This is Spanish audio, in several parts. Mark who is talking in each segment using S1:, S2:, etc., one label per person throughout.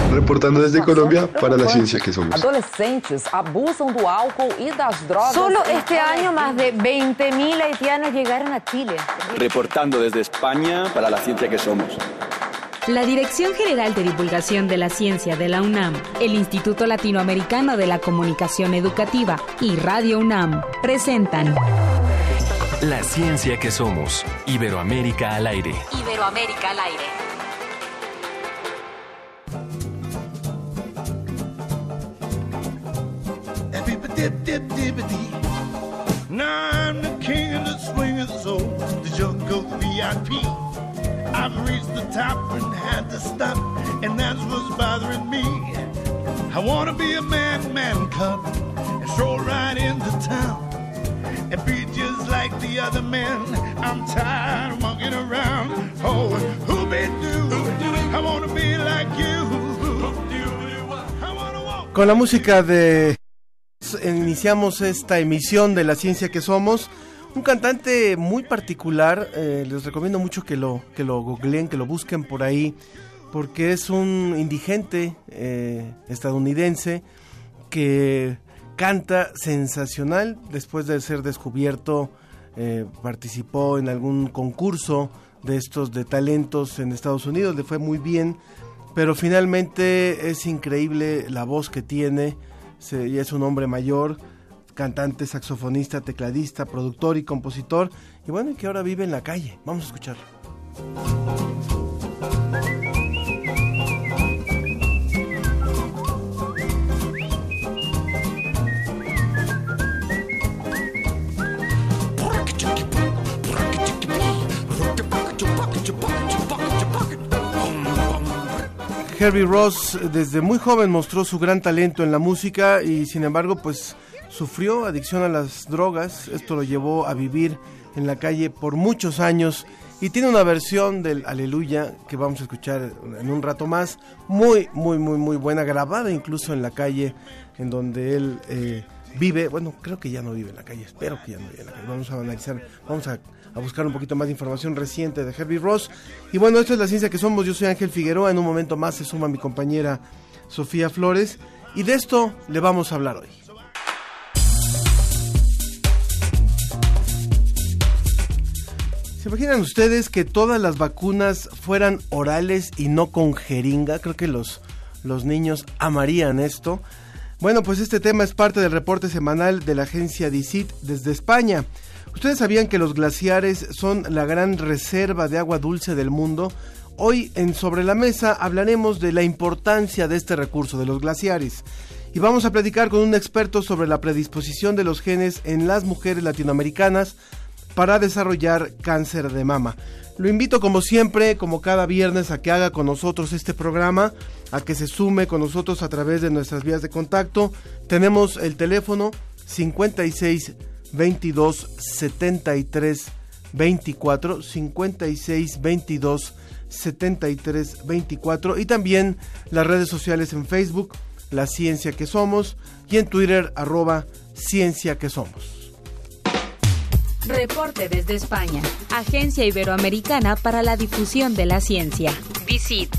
S1: Reportando desde Colombia para la ciencia que somos.
S2: Adolescentes abusan do álcool y das drogas.
S3: Solo este año más de 20.000 haitianos llegaron a Chile.
S4: Reportando desde España para la ciencia que somos.
S5: La Dirección General de Divulgación de la Ciencia de la UNAM, el Instituto Latinoamericano de la Comunicación Educativa y Radio UNAM presentan
S6: La ciencia que somos. Iberoamérica al aire.
S5: Iberoamérica al aire.
S7: Now I'm the king of the swing of the soul, the jungle VIP. I've reached the top and had to stop, and that's what's bothering me. I wanna be a man cub and stroll right into town and be just like the other men. I'm tired of monkeying around. Oh, who-be-doo, I wanna be like you. I wanna walk.
S8: Con la música de... iniciamos esta emisión de La Ciencia que Somos. Un cantante muy particular, les recomiendo mucho que lo googleen, que lo busquen por ahí, porque es un indigente estadounidense que canta sensacional. Después de ser descubierto, participó en algún concurso de estos de talentos en Estados Unidos, le fue muy bien, pero finalmente es increíble la voz que tiene. Ya es un hombre mayor, cantante, saxofonista, tecladista, productor y compositor, y bueno, y que ahora vive en la calle. Vamos a escucharlo. Herbie Ross desde muy joven mostró su gran talento en la música y sin embargo pues sufrió adicción a las drogas. Esto lo llevó a vivir en la calle por muchos años y tiene una versión del Aleluya que vamos a escuchar en un rato más, muy buena, grabada incluso en la calle en donde él vive. Bueno, creo que ya no vive en la calle, espero que ya no vive en la calle. Vamos a analizar, vamos a buscar un poquito más de información reciente de Herbie Ross. Y bueno, esto es La Ciencia que Somos. Yo soy Ángel Figueroa. En un momento más se suma mi compañera Sofía Flores y de esto le vamos a hablar hoy. ¿Se imaginan ustedes que todas las vacunas fueran orales y no con jeringa? Creo que los niños amarían esto. Bueno, pues este tema es parte del reporte semanal de la agencia DICIT desde España. ¿Ustedes sabían que los glaciares son la gran reserva de agua dulce del mundo? Hoy en Sobre la Mesa hablaremos de la importancia de este recurso, de los glaciares. Y vamos a platicar con un experto sobre la predisposición de los genes en las mujeres latinoamericanas para desarrollar cáncer de mama. Lo invito como siempre, como cada viernes, a que haga con nosotros este programa, a que se sume con nosotros a través de nuestras vías de contacto. Tenemos el teléfono 56 22 73 24, 56 22 73 24, y también las redes sociales en Facebook, La Ciencia que Somos, y en Twitter, @Ciencia que Somos.
S5: Reporte desde España, Agencia Iberoamericana para la Difusión de la Ciencia, DICIT.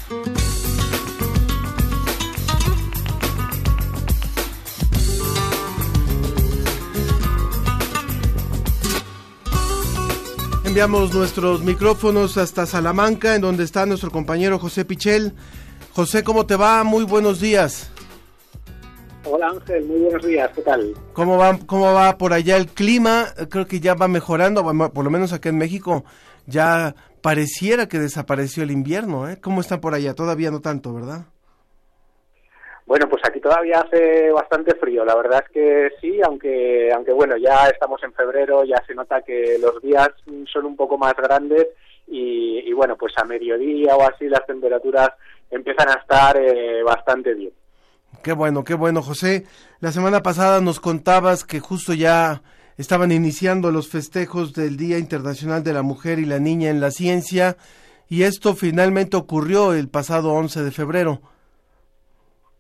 S8: Enviamos nuestros micrófonos hasta Salamanca, en donde está nuestro compañero José Pichel. José, ¿cómo te va? Muy buenos días.
S9: Hola Ángel, muy buenos días, ¿qué tal?
S8: ¿Cómo va por allá el clima? Creo que ya va mejorando, por lo menos acá en México ya pareciera que desapareció el invierno, ¿eh? ¿Cómo están por allá? Todavía no tanto, ¿verdad?
S9: Bueno, pues aquí todavía hace bastante frío, la verdad es que sí, aunque bueno, ya estamos en febrero, ya se nota que los días son un poco más grandes y bueno, pues a mediodía o así las temperaturas empiezan a estar bastante bien.
S8: Qué bueno, José. La semana pasada nos contabas que justo ya estaban iniciando los festejos del Día Internacional de la Mujer y la Niña en la Ciencia, y esto finalmente ocurrió el pasado 11 de febrero.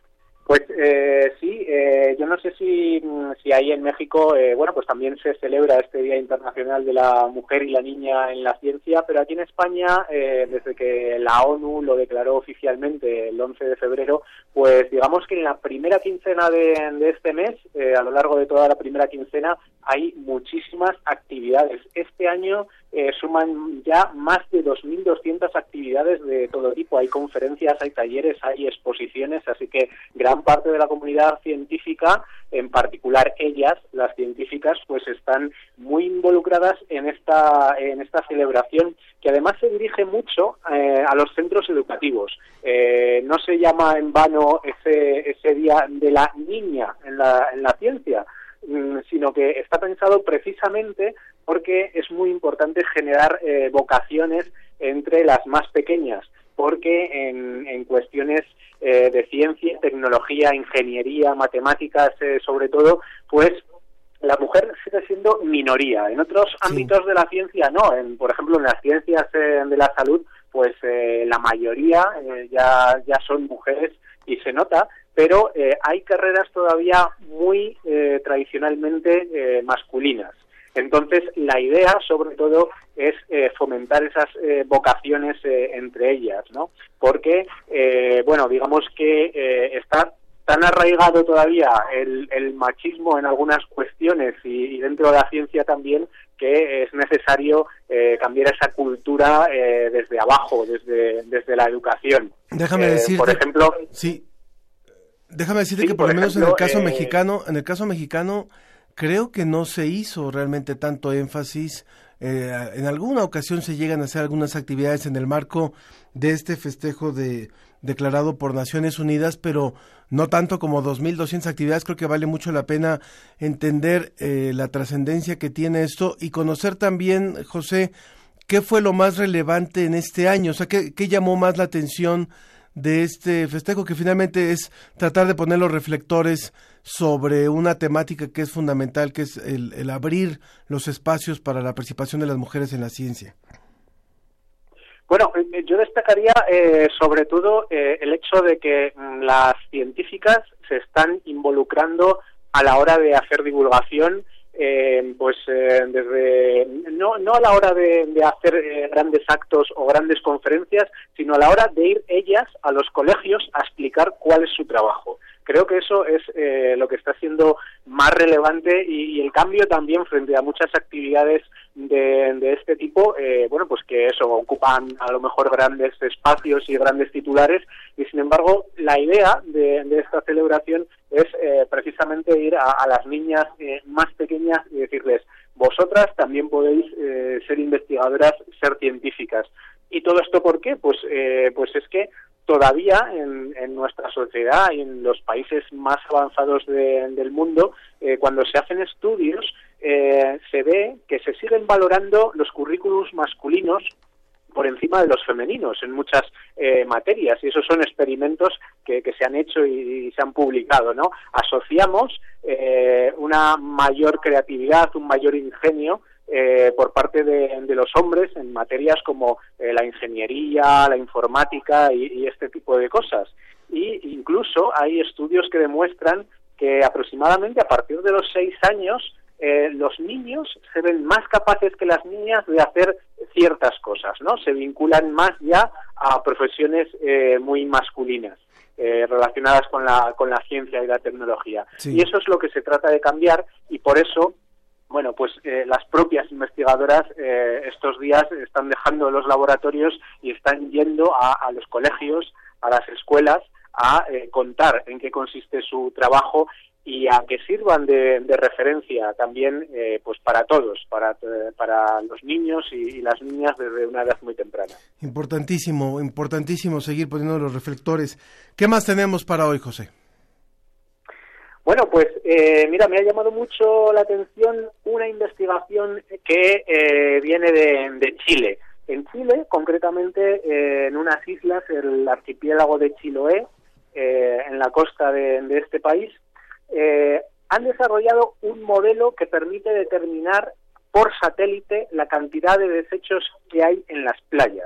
S9: Pues sí, yo no sé si ahí en México, bueno, pues también se celebra este Día Internacional de la Mujer y la Niña en la Ciencia, pero aquí en España, desde que la ONU lo declaró oficialmente el 11 de febrero, pues digamos que en la primera quincena de este mes, a lo largo de toda la primera quincena, hay muchísimas actividades. Este año suman ya más de 2.200 actividades de todo tipo. Hay conferencias, hay talleres, hay exposiciones, así que gran parte de la comunidad científica, en particular ellas, las científicas, pues están muy involucradas en esta celebración, que además se dirige mucho a los centros educativos. No se llama en vano ese Día de la Niña en la ciencia, sino que está pensado precisamente porque es muy importante generar vocaciones entre las más pequeñas, porque en cuestiones de ciencia, tecnología, ingeniería, matemáticas, sobre todo, pues la mujer sigue siendo minoría. En otros ámbitos de la ciencia no, por ejemplo en las ciencias de la salud, pues la mayoría ya son mujeres y se nota, pero hay carreras todavía muy tradicionalmente masculinas. Entonces, la idea, sobre todo, es fomentar esas vocaciones entre ellas, ¿no? Porque, bueno, digamos que está tan arraigado todavía el machismo en algunas cuestiones y dentro de la ciencia también, que es necesario cambiar esa cultura desde abajo, desde la educación.
S8: Déjame decirte,
S9: por ejemplo,
S8: déjame decirte que por lo menos en el caso mexicano, creo que no se hizo realmente tanto énfasis. En alguna ocasión se llegan a hacer algunas actividades en el marco de este festejo declarado por Naciones Unidas, pero no tanto como 2.200 actividades. Creo que vale mucho la pena entender la trascendencia que tiene esto y conocer también, José, qué fue lo más relevante en este año, o sea, qué llamó más la atención de este festejo, que finalmente es tratar de poner los reflectores sobre una temática que es fundamental, que es el abrir los espacios para la participación de las mujeres en la ciencia.
S9: Bueno, yo destacaría sobre todo el hecho de que las científicas se están involucrando a la hora de hacer divulgación, desde no a la hora de hacer grandes actos o grandes conferencias, sino a la hora de ir ellas a los colegios a explicar cuál es su trabajo. Creo que eso es lo que está siendo más relevante y el cambio también frente a muchas actividades de este tipo, bueno, pues que eso, ocupan a lo mejor grandes espacios y grandes titulares, y sin embargo la idea de esta celebración es precisamente ir a las niñas más pequeñas y decirles: vosotras también podéis ser investigadoras, ser científicas. ¿Y todo esto por qué? Pues es que todavía en nuestra sociedad y en los países más avanzados del mundo, cuando se hacen estudios, se ve que se siguen valorando los currículums masculinos por encima de los femeninos en muchas materias, y esos son experimentos que se han hecho y se han publicado, ¿no? Asociamos una mayor creatividad, un mayor ingenio por parte de los hombres en materias como la ingeniería, la informática y este tipo de cosas. Y incluso hay estudios que demuestran que aproximadamente a partir de los 6 años los niños se ven más capaces que las niñas de hacer ciertas cosas, ¿no? Se vinculan más ya a profesiones muy masculinas, relacionadas con la ciencia y la tecnología. Sí. Y eso es lo que se trata de cambiar, y por eso, bueno, pues las propias investigadoras estos días están dejando los laboratorios y están yendo a los colegios, a las escuelas, a contar en qué consiste su trabajo y a que sirvan de referencia también pues para todos, para los niños y las niñas desde una edad muy temprana. Importantísimo seguir poniendo los reflectores. ¿Qué más tenemos para hoy, José? Bueno, pues mira, me ha llamado mucho la atención una investigación que viene de Chile. En Chile, concretamente en unas islas, el archipiélago de Chiloé, en la costa de este país, han desarrollado un modelo que permite determinar por satélite la cantidad de desechos que hay en las playas.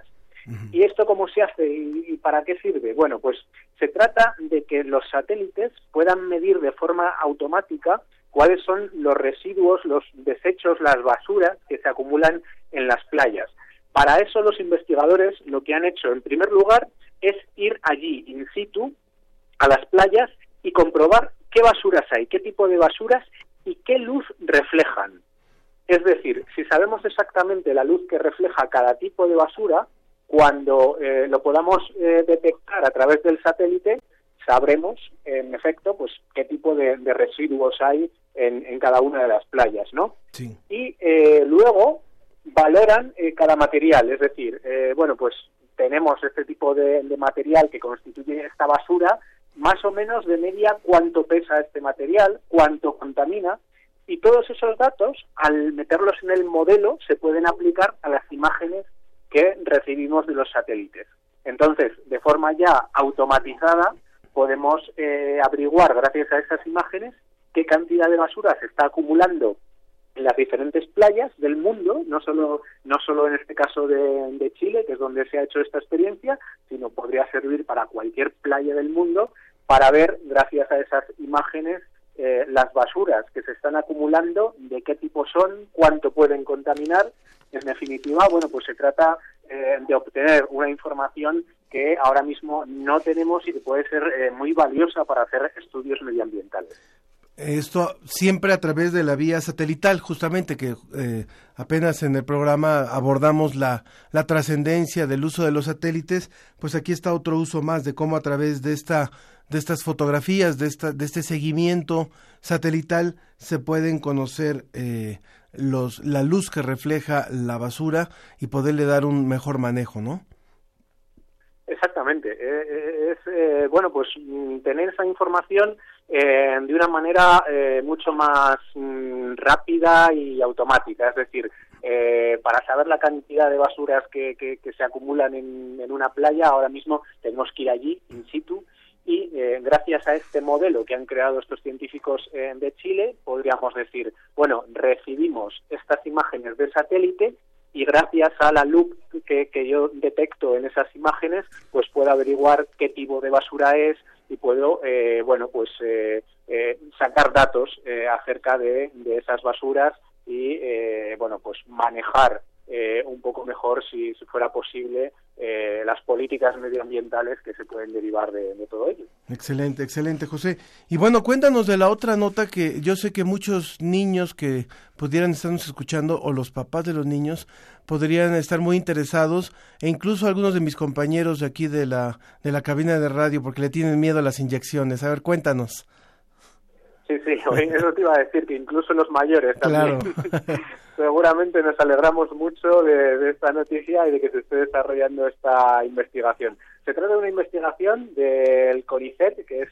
S9: ¿Y esto cómo se hace y para qué sirve? Bueno, pues se trata de que los satélites puedan medir de forma automática cuáles son los residuos, los desechos, las basuras que se acumulan en las playas. Para eso los investigadores lo que han hecho en primer lugar es ir allí in situ a las playas y comprobar qué basuras hay, qué tipo de basuras y qué luz reflejan. Es decir, si sabemos exactamente la luz que refleja cada tipo de basura, cuando lo podamos detectar a través del satélite, sabremos, en efecto, pues qué tipo de residuos hay en cada una de las playas, ¿no?
S8: Sí.
S9: Y luego valoran cada material, es decir, bueno, pues tenemos este tipo de material que constituye esta basura, más o menos de media cuánto pesa este material, cuánto contamina, y todos esos datos, al meterlos en el modelo, se pueden aplicar a las imágenes que recibimos de los satélites. Entonces, de forma ya automatizada, podemos averiguar, gracias a esas imágenes, qué cantidad de basura se está acumulando en las diferentes playas del mundo, no solo en este caso de Chile, que es donde se ha hecho esta experiencia, sino podría servir para cualquier playa del mundo, para ver, gracias a esas imágenes, las basuras que se están acumulando, de qué tipo son, cuánto pueden contaminar. En definitiva, bueno, pues se trata de obtener una información que ahora mismo no tenemos y que puede ser muy valiosa para hacer estudios medioambientales.
S8: Esto siempre a través de la vía satelital, justamente, que apenas en el programa abordamos la trascendencia del uso de los satélites. Pues aquí está otro uso más de cómo a través de estas fotografías, de este seguimiento satelital, se pueden conocer la luz que refleja la basura y poderle dar un mejor manejo, ¿no?
S9: Exactamente. Bueno, pues tener esa información de una manera mucho más rápida y automática. Es decir, para saber la cantidad de basuras que se acumulan en una playa, ahora mismo tenemos que ir allí, in situ, y gracias a este modelo que han creado estos científicos de Chile, podríamos decir, bueno, recibimos estas imágenes de satélite y gracias a la luz que yo detecto en esas imágenes, pues puedo averiguar qué tipo de basura es y puedo, sacar datos acerca de esas basuras y, pues manejar un poco mejor, si fuera posible, las políticas medioambientales que se pueden derivar de todo ello.
S8: Excelente, José. Y bueno, cuéntanos de la otra nota, que yo sé que muchos niños que pudieran estarnos escuchando, o los papás de los niños, podrían estar muy interesados, e incluso algunos de mis compañeros de aquí de la cabina de radio, porque le tienen miedo a las inyecciones. A ver, cuéntanos.
S9: Sí, eso te iba a decir, que incluso los mayores también.
S8: Claro.
S9: Seguramente nos alegramos mucho de esta noticia y de que se esté desarrollando esta investigación. Se trata de una investigación del CONICET, que es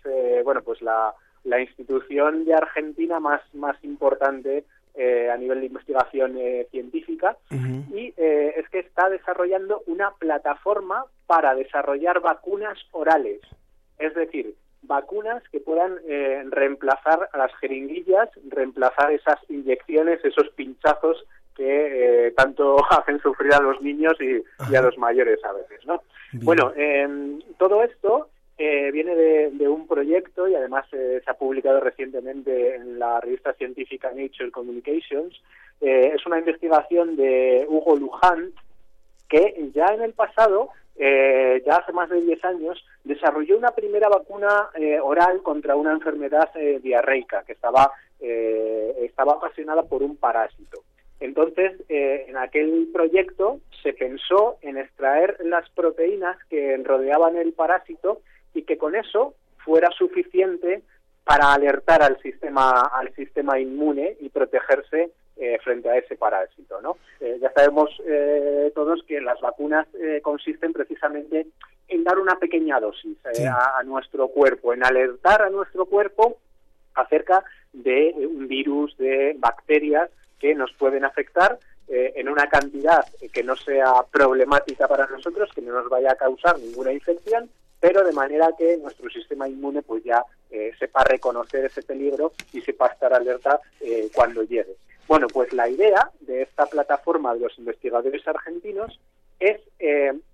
S9: la institución de Argentina más importante a nivel de investigación científica. Uh-huh. Y es que está desarrollando una plataforma para desarrollar vacunas orales, es decir, vacunas que puedan reemplazar a las jeringuillas, reemplazar esas inyecciones, esos pinchazos que tanto hacen sufrir a los niños y a los mayores a veces, ¿no? Bien. Bueno, todo esto viene de un proyecto, y además se ha publicado recientemente en la revista científica Nature Communications. Es una investigación de Hugo Luján, que ya en el pasado, ya hace más de 10 años, desarrolló una primera vacuna oral contra una enfermedad diarreica que estaba ocasionada por un parásito. Entonces, en aquel proyecto se pensó en extraer las proteínas que rodeaban el parásito y que con eso fuera suficiente para alertar al sistema inmune y protegerse frente a ese parásito, ¿no? Ya sabemos todos que las vacunas consisten precisamente en dar una pequeña dosis a nuestro cuerpo, en alertar a nuestro cuerpo acerca de un virus, de bacterias que nos pueden afectar en una cantidad que no sea problemática para nosotros, que no nos vaya a causar ninguna infección, pero de manera que nuestro sistema inmune pues ya sepa reconocer ese peligro y sepa estar alerta cuando llegue. Bueno, pues la idea de esta plataforma de los investigadores argentinos es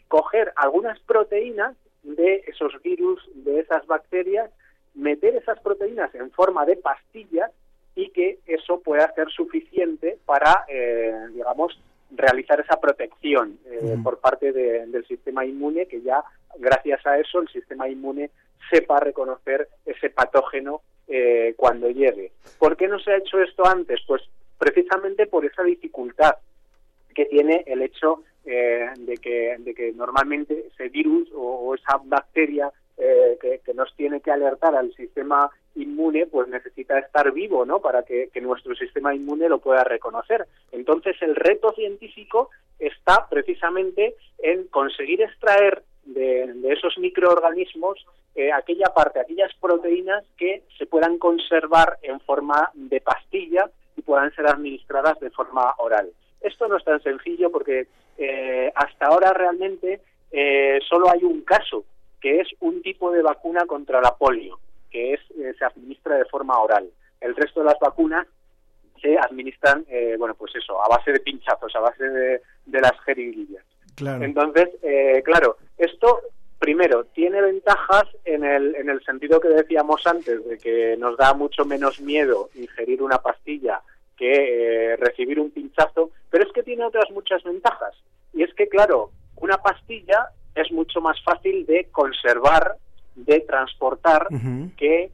S9: coger algunas proteínas de esos virus, de esas bacterias, meter esas proteínas en forma de pastillas y que eso pueda ser suficiente para, digamos, realizar esa protección por parte del sistema inmune, que ya gracias a eso el sistema inmune sepa reconocer ese patógeno cuando llegue. ¿Por qué no se ha hecho esto antes? Pues precisamente por esa dificultad que tiene el hecho de que normalmente ese virus o esa bacteria que nos tiene que alertar al sistema inmune, pues necesita estar vivo, ¿no?, para que nuestro sistema inmune lo pueda reconocer. Entonces el reto científico está precisamente en conseguir extraer de esos microorganismos aquellas proteínas que se puedan conservar en forma de pastilla y puedan ser administradas de forma oral. Esto no es tan sencillo porque hasta ahora realmente solo hay un caso, que es un tipo de vacuna contra la polio, que se administra de forma oral. El resto de las vacunas se administran, pues eso, a base de pinchazos, a base de las jeringuillas.
S8: Claro.
S9: Entonces, claro, esto primero tiene ventajas en el sentido que decíamos antes, de que nos da mucho menos miedo ingerir una pastilla que recibir un pinchazo, pero es que tiene otras muchas ventajas. Y es que, claro, una pastilla es mucho más fácil de conservar, de transportar, que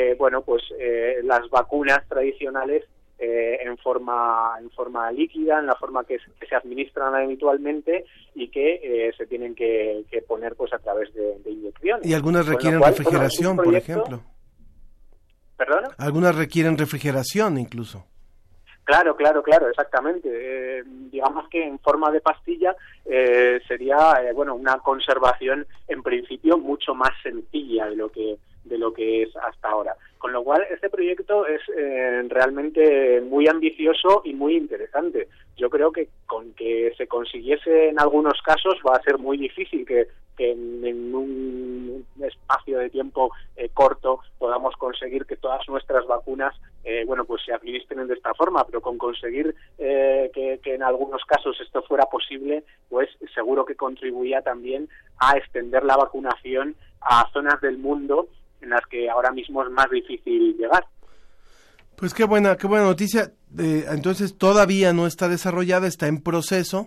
S9: las vacunas tradicionales en forma líquida, en la forma que se administran habitualmente y que se tienen que poner pues a través de inyecciones.
S8: Y algunas requieren refrigeración, por ejemplo.
S9: ¿Perdona?
S8: Algunas requieren refrigeración incluso.
S9: Claro, exactamente. Digamos que en forma de pastilla sería una conservación en principio mucho más sencilla de lo que es hasta ahora. Con lo cual este proyecto es realmente muy ambicioso y muy interesante. Yo creo que con que se consiguiese en algunos casos va a ser muy difícil que en un espacio de tiempo corto podamos conseguir que todas nuestras vacunas se administren de esta forma, pero con conseguir que en algunos casos esto fuera posible, pues seguro que contribuía también a extender la vacunación a zonas del mundo en las que ahora mismo es más difícil llegar.
S8: Pues qué buena noticia. Entonces todavía no está desarrollada, está en proceso.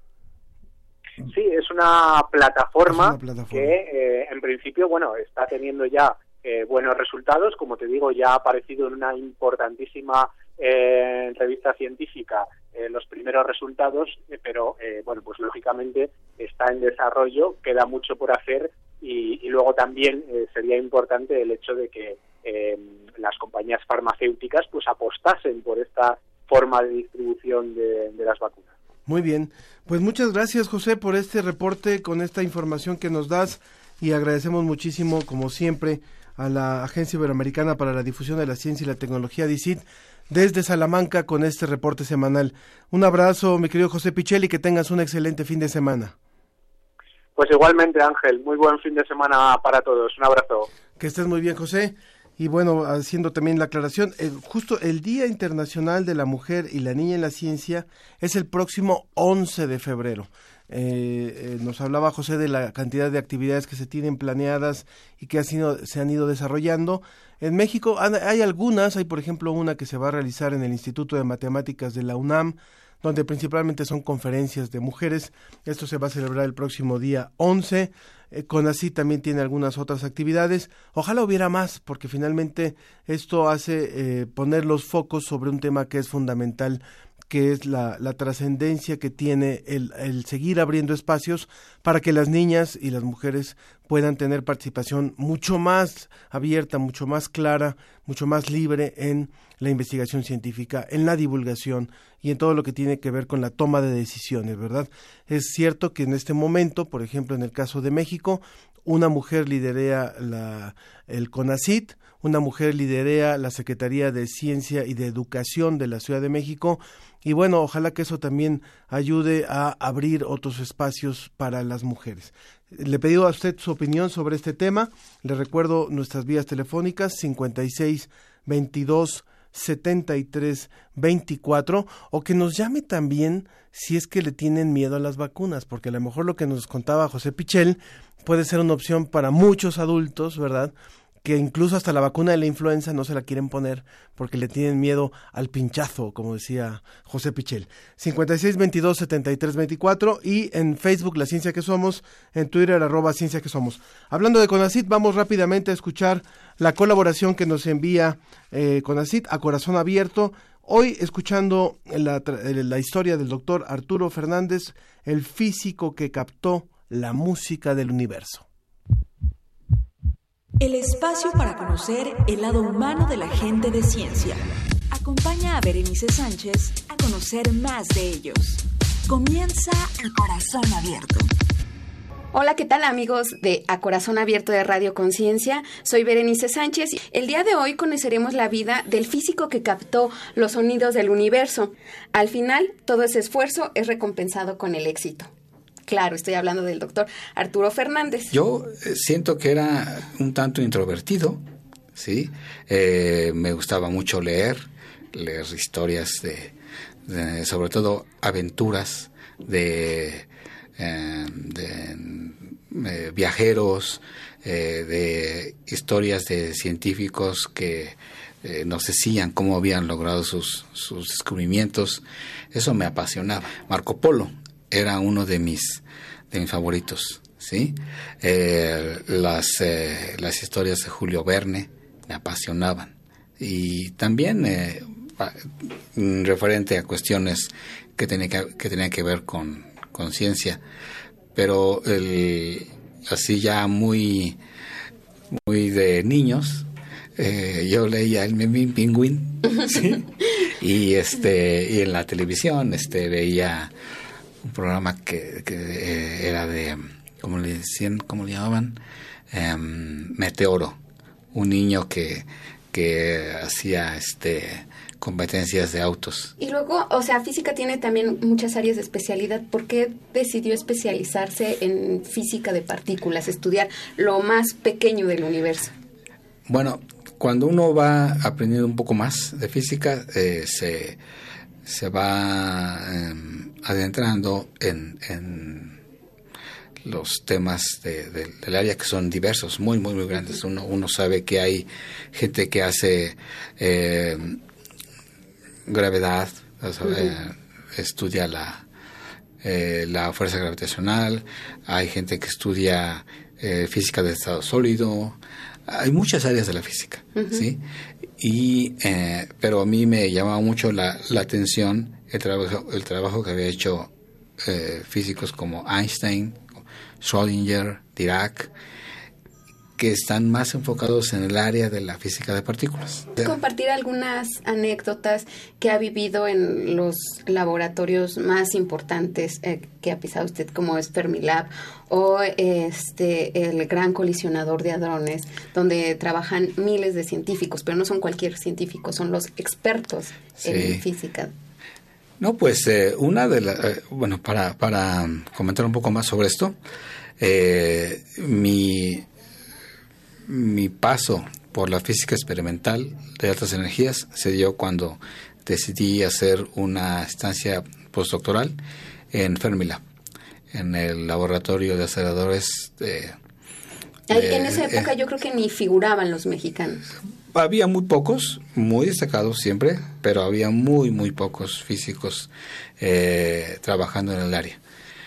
S9: Sí, es una plataforma que en principio está teniendo ya buenos resultados. Como te digo, ya ha aparecido en una importantísima revista científica los primeros resultados, pero pues lógicamente está en desarrollo, queda mucho por hacer y luego también sería importante el hecho de que las compañías farmacéuticas pues apostasen por esta forma de distribución de las vacunas.
S8: Muy bien, pues muchas gracias, José, por este reporte con esta información que nos das y agradecemos muchísimo, como siempre, a la Agencia Iberoamericana para la Difusión de la Ciencia y la Tecnología, DICIT, desde Salamanca con este reporte semanal. Un abrazo, mi querido José Pichelli, que tengas un excelente fin de semana.
S9: Pues igualmente, Ángel, muy buen fin de semana para todos. Un abrazo.
S8: Que estés muy bien, José. Y bueno, haciendo también la aclaración, justo el Día Internacional de la Mujer y la Niña en la Ciencia es el próximo 11 de febrero. Nos hablaba José de la cantidad de actividades que se tienen planeadas y que se han ido desarrollando. En México hay algunas, hay por ejemplo una que se va a realizar en el Instituto de Matemáticas de la UNAM, donde principalmente son conferencias de mujeres. Esto se va a celebrar el próximo día 11. CONACYT también tiene algunas otras actividades. Ojalá hubiera más, porque finalmente esto hace poner los focos sobre un tema que es fundamental, que es la trascendencia que tiene el seguir abriendo espacios para que las niñas y las mujeres puedan tener participación mucho más abierta, mucho más clara, mucho más libre en la investigación científica, en la divulgación y en todo lo que tiene que ver con la toma de decisiones, ¿verdad? Es cierto que en este momento, por ejemplo, en el caso de México, una mujer lidera el CONACYT, una mujer lidera la Secretaría de Ciencia y de Educación de la Ciudad de México, y bueno, ojalá que eso también ayude a abrir otros espacios para las mujeres. Le pedí a usted su opinión sobre este tema. Le recuerdo nuestras vías telefónicas 56 22 7324 o que nos llame también si es que le tienen miedo a las vacunas, porque a lo mejor lo que nos contaba José Pichel puede ser una opción para muchos adultos, ¿verdad?, que incluso hasta la vacuna de la influenza no se la quieren poner porque le tienen miedo al pinchazo, como decía José Pichel. 5622-7324 y en Facebook La Ciencia que Somos, en Twitter @Ciencia que Somos. Hablando de CONACYT, vamos rápidamente a escuchar la colaboración que nos envía CONACYT a Corazón Abierto. Hoy escuchando la historia del doctor Arturo Fernández, el físico que captó la música del universo.
S10: El espacio para conocer el lado humano de la gente de ciencia. Acompaña a Berenice Sánchez a conocer más de ellos. Comienza A Corazón Abierto.
S11: Hola, ¿qué tal amigos de A Corazón Abierto de Radio Conciencia? Soy Berenice Sánchez. El día de hoy conoceremos la vida del físico que captó los sonidos del universo. Al final, todo ese esfuerzo es recompensado con el éxito. Claro, estoy hablando del doctor Arturo Fernández.
S12: Yo siento que era un tanto introvertido, ¿sí? Me gustaba mucho leer historias de sobre todo aventuras de viajeros, de historias de científicos que nos decían cómo habían logrado sus descubrimientos. Eso me apasionaba. Marco Polo era uno de mis favoritos, ¿sí? Las historias de Julio Verne me apasionaban. Y también referente a cuestiones que tenían que ver con ciencia. Pero así ya muy de niños, yo leía el Memín Pingüín, ¿sí? Y en la televisión veía un programa que era de, ¿cómo le llamaban? Meteoro, un niño que hacía competencias de autos.
S11: Y luego, o sea, física tiene también muchas áreas de especialidad. ¿Por qué decidió especializarse en física de partículas, estudiar lo más pequeño del universo?
S12: Bueno, cuando uno va aprendiendo un poco más de física, se va adentrando en los temas del área, que son diversos, muy, muy, muy grandes. Uno sabe que hay gente que hace gravedad, estudia la fuerza gravitacional, hay gente que estudia física de estado sólido. Hay muchas áreas de la física, ¿sí? Pero a mí me llamaba mucho la atención el trabajo que había hecho físicos como Einstein, Schrödinger, Dirac, que están más enfocados en el área de la física de partículas.
S11: Compartir algunas anécdotas que ha vivido en los laboratorios más importantes que ha pisado usted, como es Fermilab o el Gran Colisionador de Hadrones, donde trabajan miles de científicos, pero no son cualquier científico, son los expertos en física.
S12: No, pues una de las... bueno, para comentar un poco más sobre esto, mi paso por la física experimental de altas energías se dio cuando decidí hacer una estancia postdoctoral en Fermilab, en el laboratorio de aceleradores
S11: en esa época yo creo que ni figuraban los mexicanos.
S12: Había muy pocos, muy destacados siempre, pero había muy, muy pocos físicos trabajando en el área.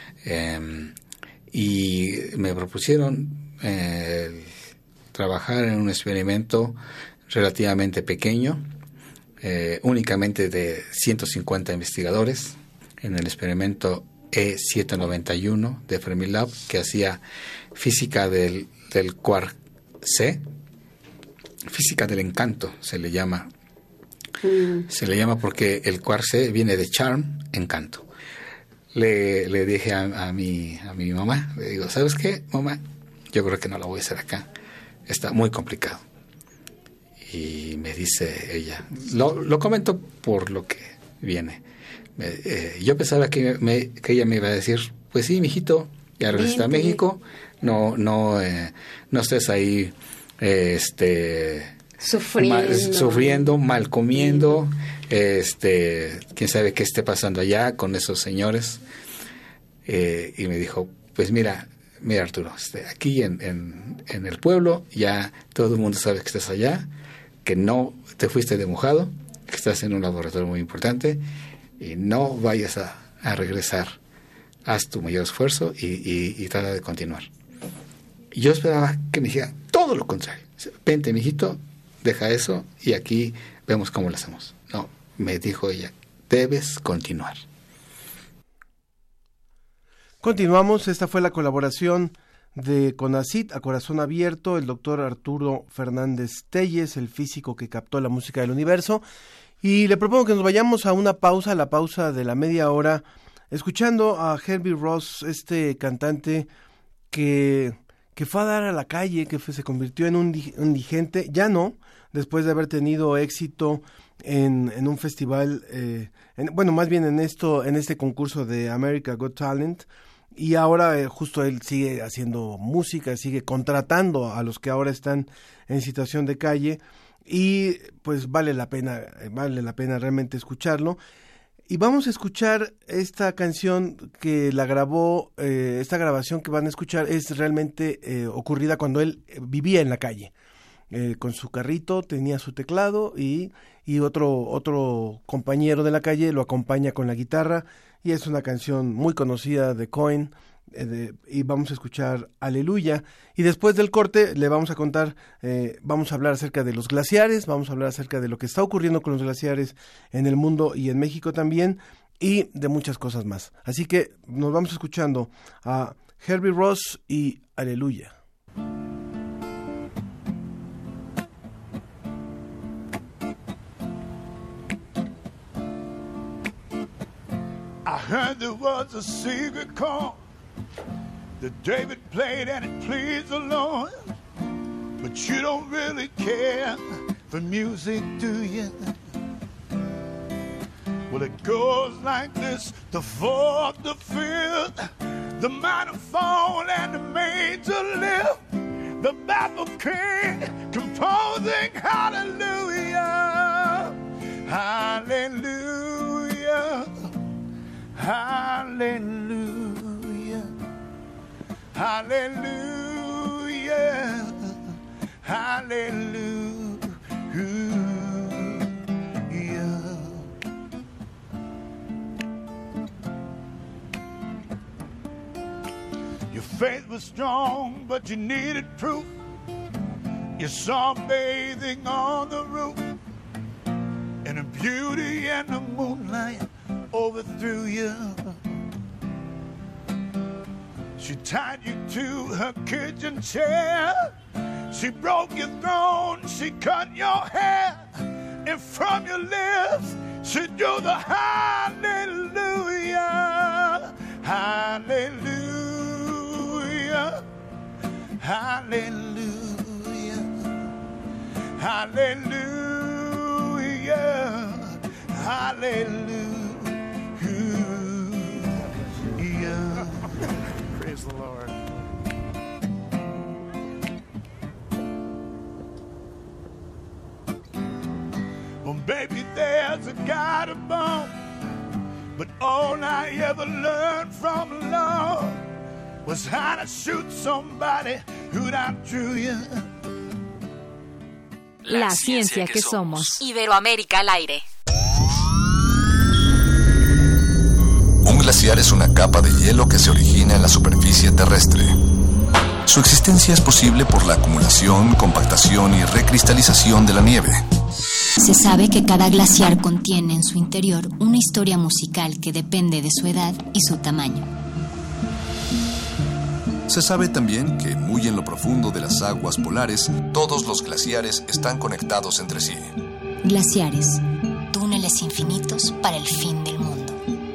S12: Y me propusieron trabajar en un experimento relativamente pequeño, únicamente de 150 investigadores, en el experimento E791 de Fermilab, que hacía física del quark C, física del encanto se le llama. Se le llama porque el quark C viene de charm, encanto. Le dije a mi mamá, le digo, ¿sabes qué, mamá? Yo creo que no la voy a hacer acá. Está muy complicado. Y me dice ella, lo comento por lo que viene. Yo pensaba que ella me iba a decir, pues sí, mijito, ya regresaste a México, no estés ahí sufriendo, mal comiendo, quién sabe qué esté pasando allá con esos señores. Y me dijo, pues mira Arturo, aquí en el pueblo ya todo el mundo sabe que estás allá, que no te fuiste de mojado, que estás en un laboratorio muy importante y no vayas a regresar. Haz tu mayor esfuerzo y trata de continuar. Y yo esperaba que me dijera todo lo contrario. Vente, mijito, deja eso y aquí vemos cómo lo hacemos. No, me dijo ella, debes continuar.
S8: Continuamos, esta fue la colaboración de CONACYT a corazón abierto, el doctor Arturo Fernández Telles, el físico que captó la música del universo, y le propongo que nos vayamos a una pausa, la pausa de la media hora, escuchando a Herbie Ross, este cantante que fue a dar a la calle, que se convirtió en un indigente, ya no, después de haber tenido éxito en un festival, más bien en este concurso de America Got Talent, y ahora justo él sigue haciendo música, sigue contratando a los que ahora están en situación de calle, y pues vale la pena realmente escucharlo. Y vamos a escuchar esta canción que la grabó, esta grabación que van a escuchar es realmente ocurrida cuando él vivía en la calle. Con su carrito, tenía su teclado y otro compañero de la calle lo acompaña con la guitarra, y es una canción muy conocida de Cohen, y vamos a escuchar Aleluya, y después del corte le vamos a contar, vamos a hablar acerca de los glaciares, vamos a hablar acerca de lo que está ocurriendo con los glaciares en el mundo y en México también, y de muchas cosas más. Así que nos vamos escuchando a Herbie Ross y Aleluya.
S7: I heard there was a secret chord that David played and it pleased the Lord. But you don't really care for music, do you? Well, it goes like this: the fourth, the fifth, the minor fall and the major lift. The baffled king composing hallelujah, hallelujah, hallelujah, hallelujah, hallelujah. Your faith was strong, but you needed proof. You saw bathing on the roof, and the beauty and the moonlight overthrew you. She tied you to her kitchen chair. She broke your throne, she cut your hair, and from your lips she drew the hallelujah, hallelujah, hallelujah, hallelujah, hallelujah. Praise the Lord. Well, baby, there's a God above, but all I ever learned from love was how to shoot somebody who'd outdrew you.
S5: La ciencia que somos.
S13: Iberoamérica al aire.
S14: Un glaciar es una capa de hielo que se origina en la superficie terrestre. Su existencia es posible por la acumulación, compactación y recristalización de la nieve.
S15: Se sabe que cada glaciar contiene en su interior una historia musical que depende de su edad y su tamaño.
S14: Se sabe también que muy en lo profundo de las aguas polares, todos los glaciares están conectados entre sí.
S15: Glaciares, túneles infinitos para el fin del mundo.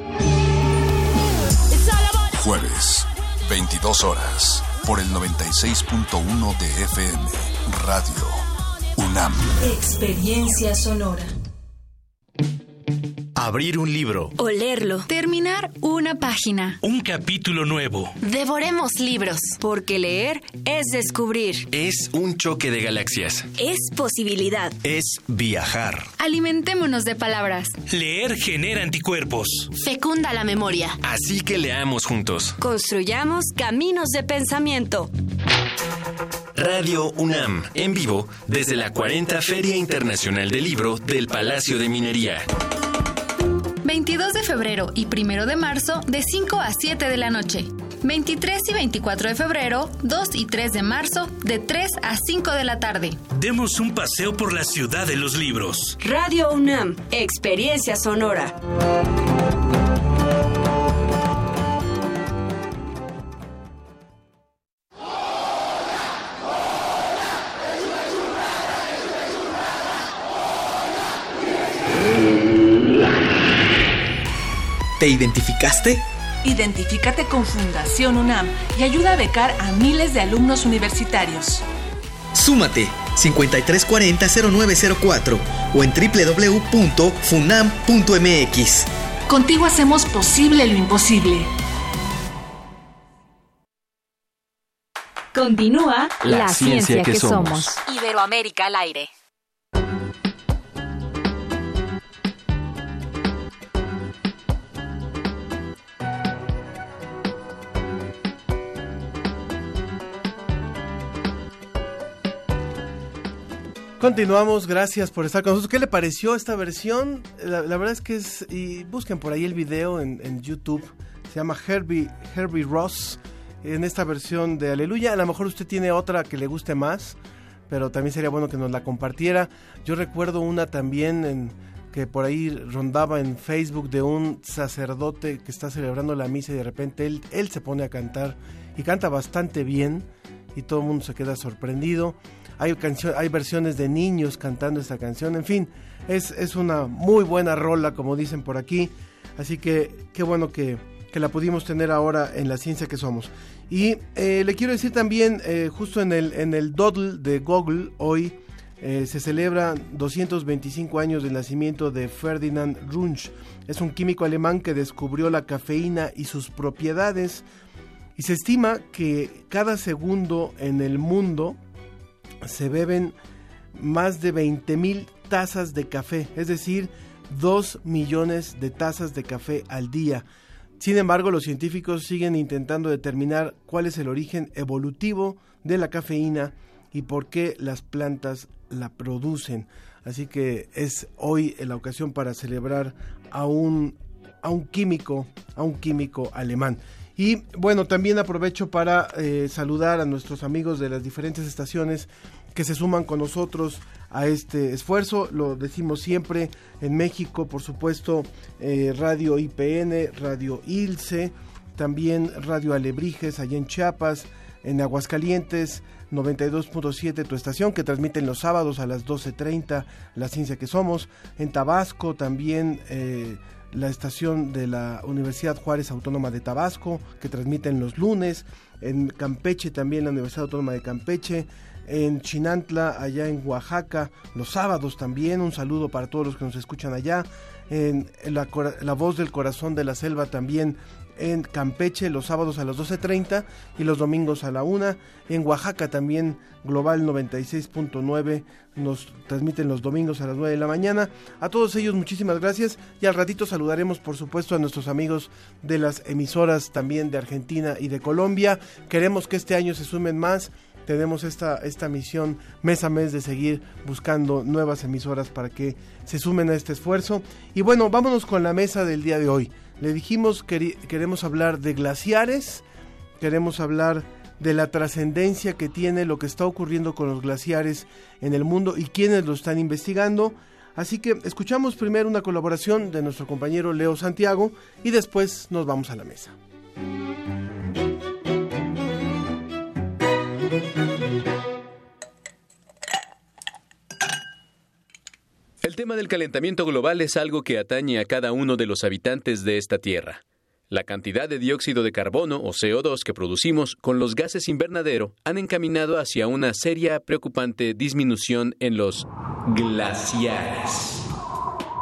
S14: Jueves, 22 horas, por el 96.1 de FM, Radio UNAM.
S10: Experiencia sonora.
S6: Abrir un libro.
S10: Olerlo. Terminar uno
S5: Una página.
S13: Un capítulo nuevo.
S16: Devoremos libros.
S17: Porque leer es descubrir.
S6: Es un choque de galaxias.
S16: Es posibilidad.
S6: Es viajar.
S5: Alimentémonos de palabras.
S13: Leer genera anticuerpos.
S16: Fecunda la memoria.
S6: Así que leamos juntos.
S17: Construyamos caminos de pensamiento.
S6: Radio UNAM, en vivo, desde la 40 Feria Internacional del Libro del Palacio de Minería.
S5: 22 de febrero y 1 de marzo, de 5 a 7 de la noche. 23 y 24 de febrero, 2 y 3 de marzo, de 3 a 5 de la tarde.
S13: Demos un paseo por la ciudad de los libros.
S17: Radio UNAM, experiencia sonora.
S18: ¿Te identificaste?
S19: Identifícate con Fundación UNAM y ayuda a becar a miles de alumnos universitarios.
S18: Súmate 5340-0904 o en www.funam.mx.
S19: Contigo hacemos posible lo imposible.
S5: Continúa
S6: La ciencia que somos.
S16: Iberoamérica al aire.
S8: Continuamos, gracias por estar con nosotros. ¿Qué le pareció esta versión? La verdad es que es, y busquen por ahí el video en YouTube, se llama Herbie Ross, en esta versión de Aleluya. A lo mejor usted tiene otra que le guste más, pero también sería bueno que nos la compartiera. Yo recuerdo una también que por ahí rondaba en Facebook de un sacerdote que está celebrando la misa y de repente él se pone a cantar y canta bastante bien y todo el mundo se queda sorprendido. Hay versiones de niños cantando esta canción, en fin, es una muy buena rola, como dicen por aquí, así que qué bueno que la pudimos tener ahora en La Ciencia que Somos. Y le quiero decir también, justo en el Doodle de Google, hoy se celebra 225 años del nacimiento de Ferdinand Runge. Es un químico alemán que descubrió la cafeína y sus propiedades, y se estima que cada segundo en el mundo se beben más de 20,000 tazas de café, es decir, 2 millones de tazas de café al día. Sin embargo, los científicos siguen intentando determinar cuál es el origen evolutivo de la cafeína y por qué las plantas la producen. Así que es hoy la ocasión para celebrar a un químico alemán. Y bueno, también aprovecho para saludar a nuestros amigos de las diferentes estaciones que se suman con nosotros a este esfuerzo. Lo decimos siempre, en México, por supuesto, Radio IPN, Radio ILCE, también Radio Alebrijes, allá en Chiapas, en Aguascalientes, 92.7 tu estación, que transmiten los sábados a las 12:30, La Ciencia que Somos. En Tabasco también la estación de la Universidad Juárez Autónoma de Tabasco, que transmiten los lunes. En Campeche también la Universidad Autónoma de Campeche. En Chinantla, allá en Oaxaca, los sábados también. Un saludo para todos los que nos escuchan allá. En la Voz del Corazón de la Selva también en Campeche, los sábados a las 12:30 y los domingos a la 1. En Oaxaca también Global 96.9 nos transmiten los domingos a las 9 de la mañana. A todos ellos muchísimas gracias, y al ratito saludaremos por supuesto a nuestros amigos de las emisoras también de Argentina y de Colombia. Queremos que este año se sumen más. Tenemos esta misión mes a mes de seguir buscando nuevas emisoras para que se sumen a este esfuerzo. Y bueno, vámonos con la mesa del día de hoy. Le dijimos que queremos hablar de glaciares, queremos hablar de la trascendencia que tiene lo que está ocurriendo con los glaciares en el mundo y quiénes lo están investigando. Así que escuchamos primero una colaboración de nuestro compañero Leo Santiago y después nos vamos a la mesa.
S20: El tema del calentamiento global es algo que atañe a cada uno de los habitantes de esta Tierra. La cantidad de dióxido de carbono o CO2 que producimos con los gases invernadero han encaminado hacia una seria, preocupante disminución en los glaciares.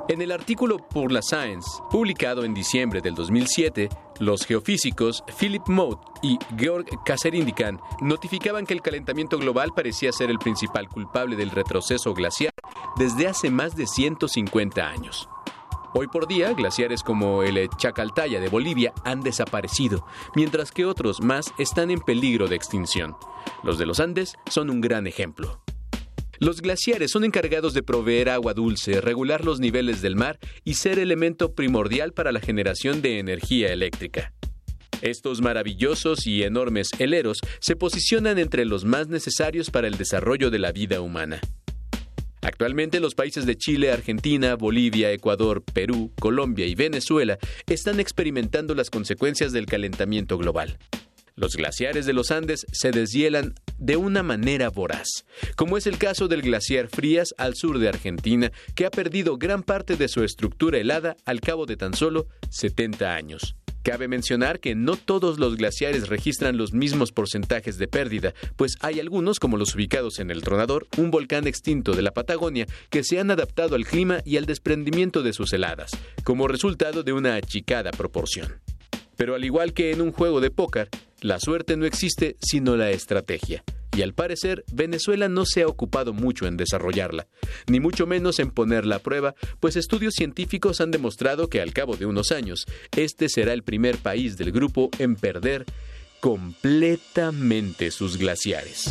S20: En el artículo por la Science, publicado en diciembre del 2007, los geofísicos Philip Mote y Georg Kaserindikan notificaban que el calentamiento global parecía ser el principal culpable del retroceso glaciar desde hace más de 150 años. Hoy por día, glaciares como el Chacaltaya de Bolivia han desaparecido, mientras que otros más están en peligro de extinción. Los de los Andes son un gran ejemplo. Los glaciares son encargados de proveer agua dulce, regular los niveles del mar y ser elemento primordial para la generación de energía eléctrica. Estos maravillosos y enormes heleros se posicionan entre los más necesarios para el desarrollo de la vida humana. Actualmente los países de Chile, Argentina, Bolivia, Ecuador, Perú, Colombia y Venezuela están experimentando las consecuencias del calentamiento global. Los glaciares de los Andes se deshielan de una manera voraz, como es el caso del glaciar Frías al sur de Argentina, que ha perdido gran parte de su estructura helada al cabo de tan solo 70 años. Cabe mencionar que no todos los glaciares registran los mismos porcentajes de pérdida, pues hay algunos, como los ubicados en el Tronador, un volcán extinto de la Patagonia, que se han adaptado al clima y al desprendimiento de sus heladas, como resultado de una achicada proporción. Pero al igual que en un juego de póker, la suerte no existe sino la estrategia. Y al parecer, Venezuela no se ha ocupado mucho en desarrollarla, ni mucho menos en ponerla a prueba, pues estudios científicos han demostrado que al cabo de unos años, este será el primer país del grupo en perder completamente sus glaciares.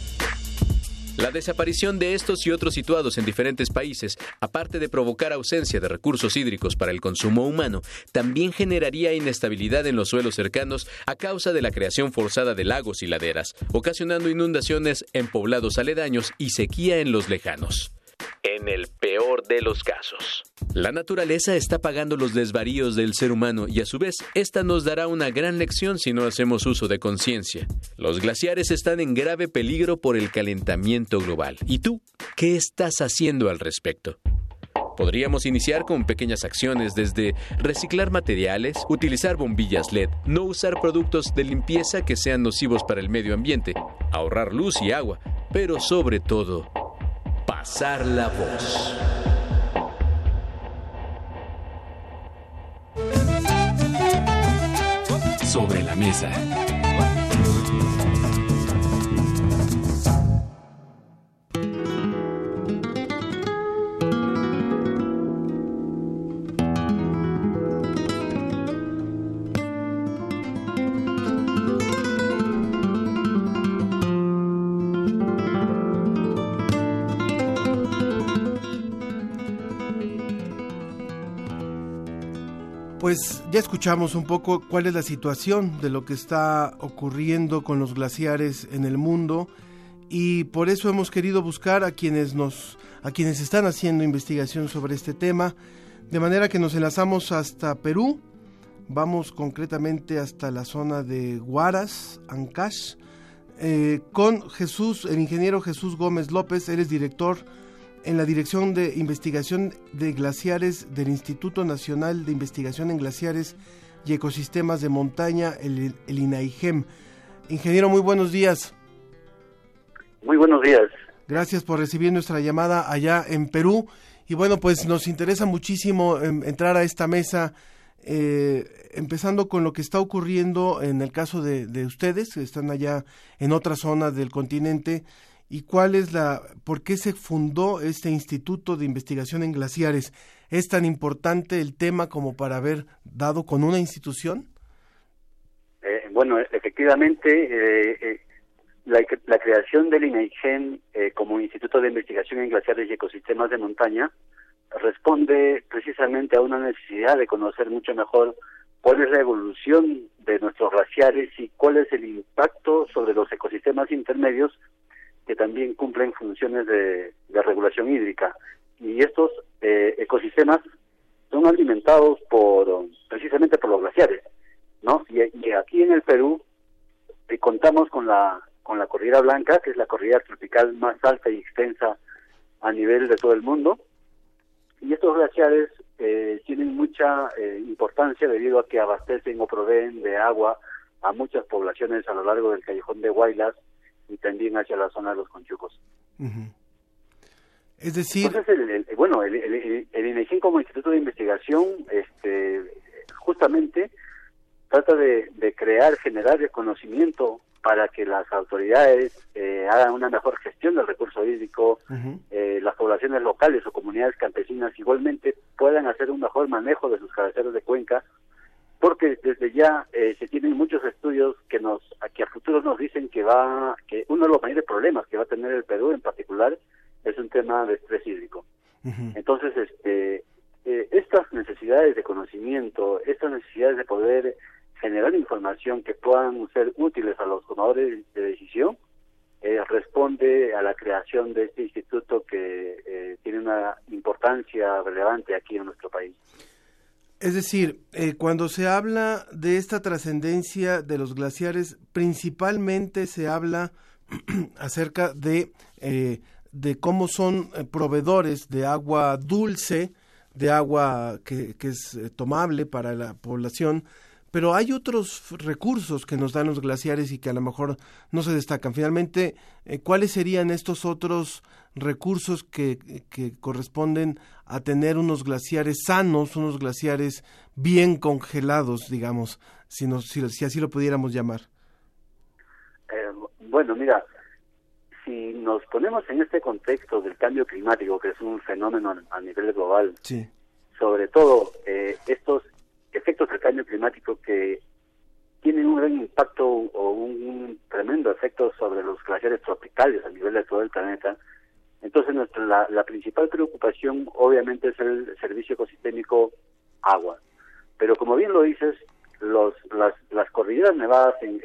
S20: La desaparición de estos y otros situados en diferentes países, aparte de provocar ausencia de recursos hídricos para el consumo humano, también generaría inestabilidad en los suelos cercanos a causa de la creación forzada de lagos y laderas, ocasionando inundaciones en poblados aledaños y sequía en los lejanos. En el peor de los casos, la naturaleza está pagando los desvaríos del ser humano y a su vez, esta nos dará una gran lección si no hacemos uso de conciencia. Los glaciares están en grave peligro por el calentamiento global. ¿Y tú? ¿Qué estás haciendo al respecto? Podríamos iniciar con pequeñas acciones desde reciclar materiales, utilizar bombillas LED, no usar productos de limpieza que sean nocivos para el medio ambiente, ahorrar luz y agua, pero sobre todo, pasar la voz.
S6: Sobre la mesa.
S8: Pues ya escuchamos un poco cuál es la situación de lo que está ocurriendo con los glaciares en el mundo y por eso hemos querido buscar a quienes están haciendo investigación sobre este tema, de manera que nos enlazamos hasta Perú, vamos concretamente hasta la zona de Huaraz, Ancash, con el ingeniero Jesús Gómez López. Él es director en la Dirección de Investigación de Glaciares del Instituto Nacional de Investigación en Glaciares y Ecosistemas de Montaña, el INAIGEM. Ingeniero, muy buenos días.
S21: Muy buenos días.
S8: Gracias por recibir nuestra llamada allá en Perú. Y bueno, pues nos interesa muchísimo entrar a esta mesa, empezando con lo que está ocurriendo en el caso de ustedes, que están allá en otra zona del continente. ¿Y por qué se fundó este Instituto de Investigación en Glaciares? ¿Es tan importante el tema como para haber dado con una institución?
S21: Bueno, efectivamente, la creación del INAIGEM como Instituto de Investigación en Glaciares y Ecosistemas de Montaña responde precisamente a una necesidad de conocer mucho mejor cuál es la evolución de nuestros glaciares y cuál es el impacto sobre los ecosistemas intermedios que también cumplen funciones de regulación hídrica. Y estos ecosistemas son alimentados precisamente por los glaciares, ¿no? Y aquí en el Perú contamos con la Cordillera Blanca, que es la cordillera tropical más alta y extensa a nivel de todo el mundo. Y estos glaciares tienen mucha importancia debido a que abastecen o proveen de agua a muchas poblaciones a lo largo del Callejón de Huaylas y también hacia la zona de los Conchucos.
S8: Uh-huh. Es decir...
S21: Entonces, el INEGEN como instituto de investigación, justamente trata de generar el conocimiento para que las autoridades hagan una mejor gestión del recurso hídrico, las poblaciones locales o comunidades campesinas igualmente puedan hacer un mejor manejo de sus cabeceras de cuenca, porque desde ya se tienen muchos estudios que a futuro nos dicen que uno de los mayores problemas que va a tener el Perú en particular es un tema de estrés hídrico. Entonces, estas necesidades de conocimiento, estas necesidades de poder generar información que puedan ser útiles a los tomadores de decisión, responde a la creación de este instituto que tiene una importancia relevante aquí en nuestro país.
S8: Es decir, cuando se habla de esta trascendencia de los glaciares, principalmente se habla acerca de cómo son proveedores de agua dulce, de agua que es tomable para la población, pero hay otros recursos que nos dan los glaciares y que a lo mejor no se destacan. Finalmente, ¿cuáles serían estos otros recursos que corresponden a tener unos glaciares sanos, unos glaciares bien congelados, digamos, si así lo pudiéramos llamar?
S21: Bueno, mira, si nos ponemos en este contexto del cambio climático, que es un fenómeno a nivel global,
S8: sí,
S21: sobre todo estos efectos del cambio climático que tienen un gran impacto o un tremendo efecto sobre los glaciares tropicales a nivel de todo el planeta, entonces la principal preocupación obviamente es el servicio ecosistémico agua. Pero como bien lo dices, las cordilleras nevadas en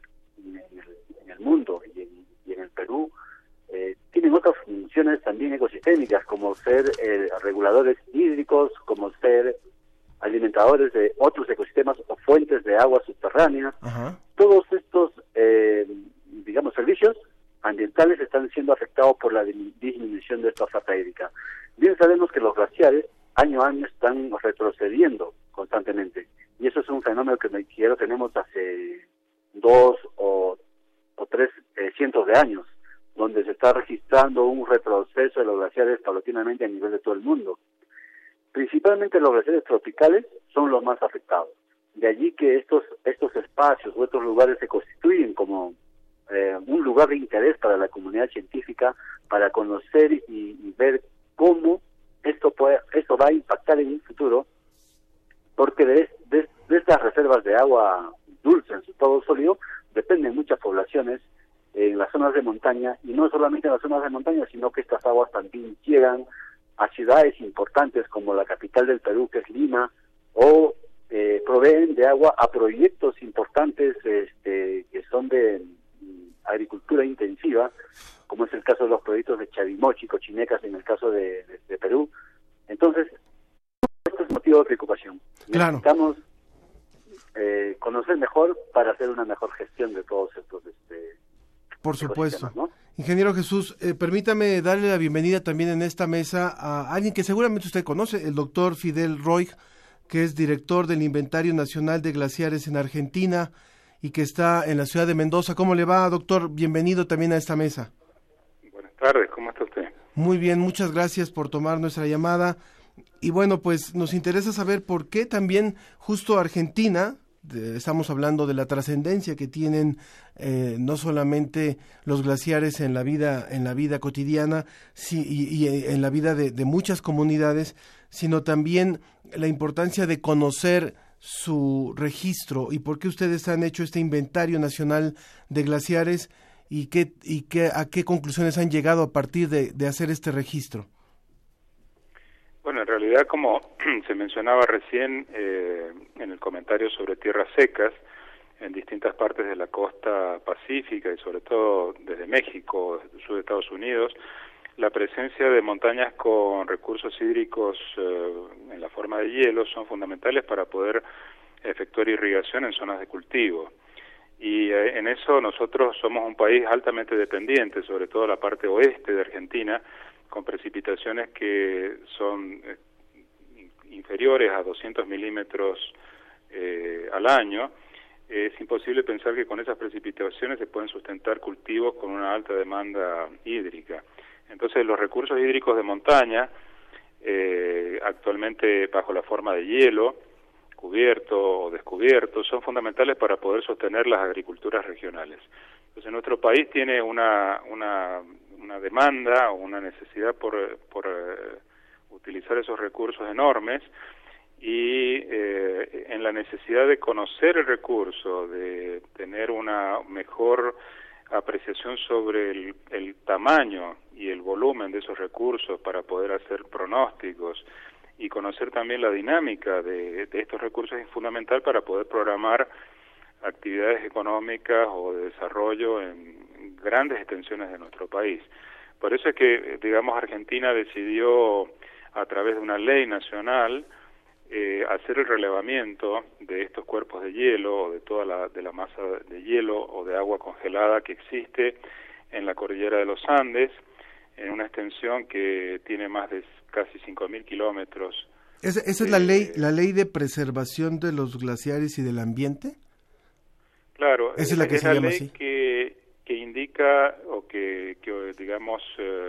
S21: el mundo y en el Perú tienen otras funciones también ecosistémicas, como ser reguladores hídricos, como ser alimentadores de otros ecosistemas o fuentes de agua subterránea. Todos estos, servicios ambientales están siendo afectados por la disminución de esta oferta hídrica. Bien sabemos que los glaciares año a año están retrocediendo constantemente, y eso es un fenómeno que ya lo tenemos hace 2 o 3 cientos de años, donde se está registrando un retroceso de los glaciares paulatinamente a nivel de todo el mundo. Principalmente los glaciares tropicales son los más afectados. De allí que estos espacios u otros lugares se constituyen como un lugar de interés para la comunidad científica, para conocer y ver cómo esto va a impactar en un futuro, porque de estas reservas de agua dulce en su estado sólido dependen muchas poblaciones en las zonas de montaña, y no solamente en las zonas de montaña, sino que estas aguas también llegan a ciudades importantes como la capital del Perú, que es Lima, o proveen de agua a proyectos importantes que son de agricultura intensiva, como es el caso de los proyectos de Chavimochi, Cochinecas, en el caso de Perú. Entonces, esto es motivo de preocupación.
S8: Claro.
S21: Necesitamos conocer mejor para hacer una mejor gestión de todos estos
S8: por supuesto,
S21: ¿no?
S8: Ingeniero Jesús, permítame darle la bienvenida también en esta mesa a alguien que seguramente usted conoce, el doctor Fidel Roig, que es director del Inventario Nacional de Glaciares en Argentina y que está en la ciudad de Mendoza. ¿Cómo le va, doctor? Bienvenido también a esta mesa.
S1: Buenas tardes, ¿cómo está usted?
S8: Muy bien, muchas gracias por tomar nuestra llamada. Y bueno, pues nos interesa saber por qué también justo Argentina, estamos hablando de la trascendencia que tienen no solamente los glaciares en la vida cotidiana y en la vida de muchas comunidades, sino también la importancia de conocer su registro y por qué ustedes han hecho este inventario nacional de glaciares y a qué conclusiones han llegado a partir de hacer este registro.
S1: Bueno, en realidad, como se mencionaba recién en el comentario sobre tierras secas, en distintas partes de la costa pacífica y sobre todo desde México, desde el sur de Estados Unidos, la presencia de montañas con recursos hídricos en la forma de hielo son fundamentales para poder efectuar irrigación en zonas de cultivo. Y en eso nosotros somos un país altamente dependiente, sobre todo la parte oeste de Argentina, con precipitaciones que son inferiores a 200 milímetros al año. Es imposible pensar que con esas precipitaciones se pueden sustentar cultivos con una alta demanda hídrica. Entonces Entonces los recursos hídricos de montaña, actualmente bajo la forma de hielo, cubierto o descubierto, son fundamentales para poder sostener las agriculturas regionales. Entonces nuestro país tiene una demanda o una necesidad por utilizar esos recursos enormes, y en la necesidad de conocer el recurso, de tener una mejor apreciación sobre el tamaño y el volumen de esos recursos para poder hacer pronósticos y conocer también la dinámica de estos recursos es fundamental para poder programar actividades económicas o de desarrollo en grandes extensiones de nuestro país. Por eso es que, digamos, Argentina decidió, a través de una ley nacional, hacer el relevamiento de estos cuerpos de hielo o de toda la masa de hielo o de agua congelada que existe en la cordillera de los Andes, en una extensión que tiene más de casi 5.000 kilómetros.
S8: ¿Esa es la ley de preservación de los glaciares y del ambiente?
S1: Claro,
S8: esa es la que se llama así.
S1: Que indica o que digamos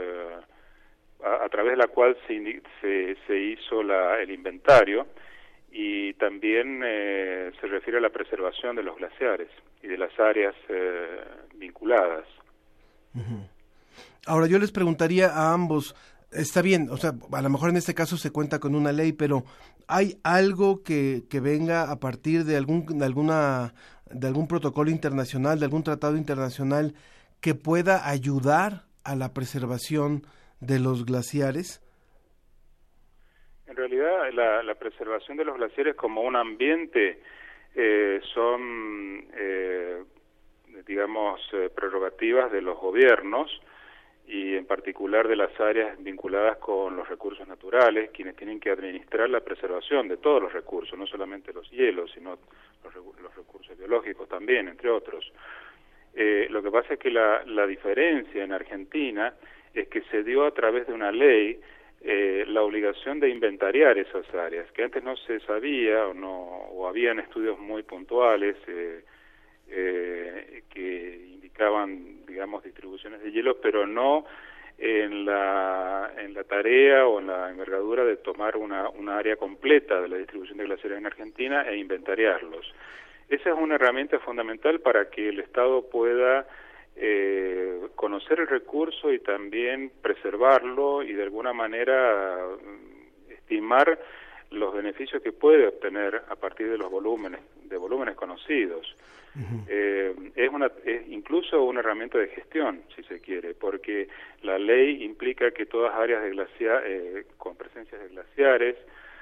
S1: a través de la cual se hizo el inventario, y también se refiere a la preservación de los glaciares y de las áreas vinculadas.
S8: Uh-huh. Ahora yo les preguntaría a ambos, está bien, o sea, a lo mejor en este caso se cuenta con una ley, pero ¿hay algo que venga a partir de algún protocolo internacional, de algún tratado internacional que pueda ayudar a la preservación de los glaciares?
S1: En realidad, la preservación de los glaciares como un ambiente son, digamos, prerrogativas de los gobiernos, y en particular de las áreas vinculadas con los recursos naturales, quienes tienen que administrar la preservación de todos los recursos, no solamente los hielos, sino los recursos biológicos también, entre otros. Lo que pasa es que la diferencia en Argentina es que se dio a través de una ley la obligación de inventariar esas áreas, que antes no se sabía o habían estudios muy puntuales que indicaban, digamos, distribuciones de hielo, pero no en la tarea o en la envergadura de tomar una área completa de la distribución de glaciares en Argentina e inventariarlos. Esa es una herramienta fundamental para que el Estado pueda conocer el recurso y también preservarlo y de alguna manera estimar los beneficios que puede obtener a partir de los volúmenes conocidos. Uh-huh. Es incluso una herramienta de gestión, si se quiere, porque la ley implica que todas áreas de con presencias de glaciares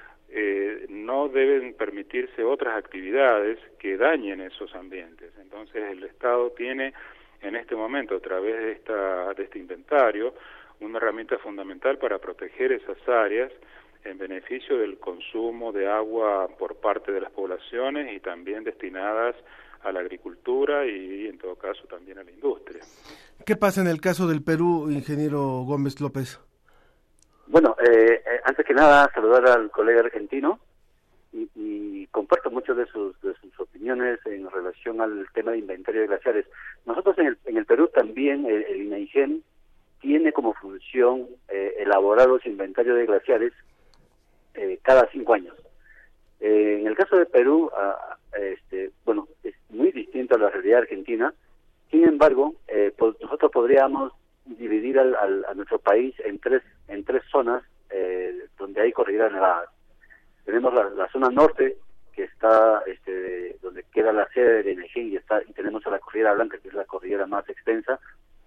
S1: no deben permitirse otras actividades que dañen esos ambientes. Entonces el Estado tiene en este momento, a través de este inventario, una herramienta fundamental para proteger esas áreas en beneficio del consumo de agua por parte de las poblaciones y también destinadas a la agricultura y en todo caso también a la industria.
S8: ¿Qué pasa en el caso del Perú, ingeniero Gómez López?
S21: Bueno, antes que nada saludar al colega argentino y comparto muchas de sus opiniones en relación al tema de inventario de glaciares. Nosotros en el Perú también, el INAIGEN tiene como función elaborar los inventarios de glaciares cada 5 años. En el caso de Perú, bueno, es muy distinto a la realidad argentina. Sin embargo, pues nosotros podríamos dividir a nuestro país en tres zonas donde hay cordilleras nevadas. Tenemos la zona norte, que está donde queda la sede de INAIGEN, y tenemos a la Cordillera Blanca, que es la cordillera más extensa,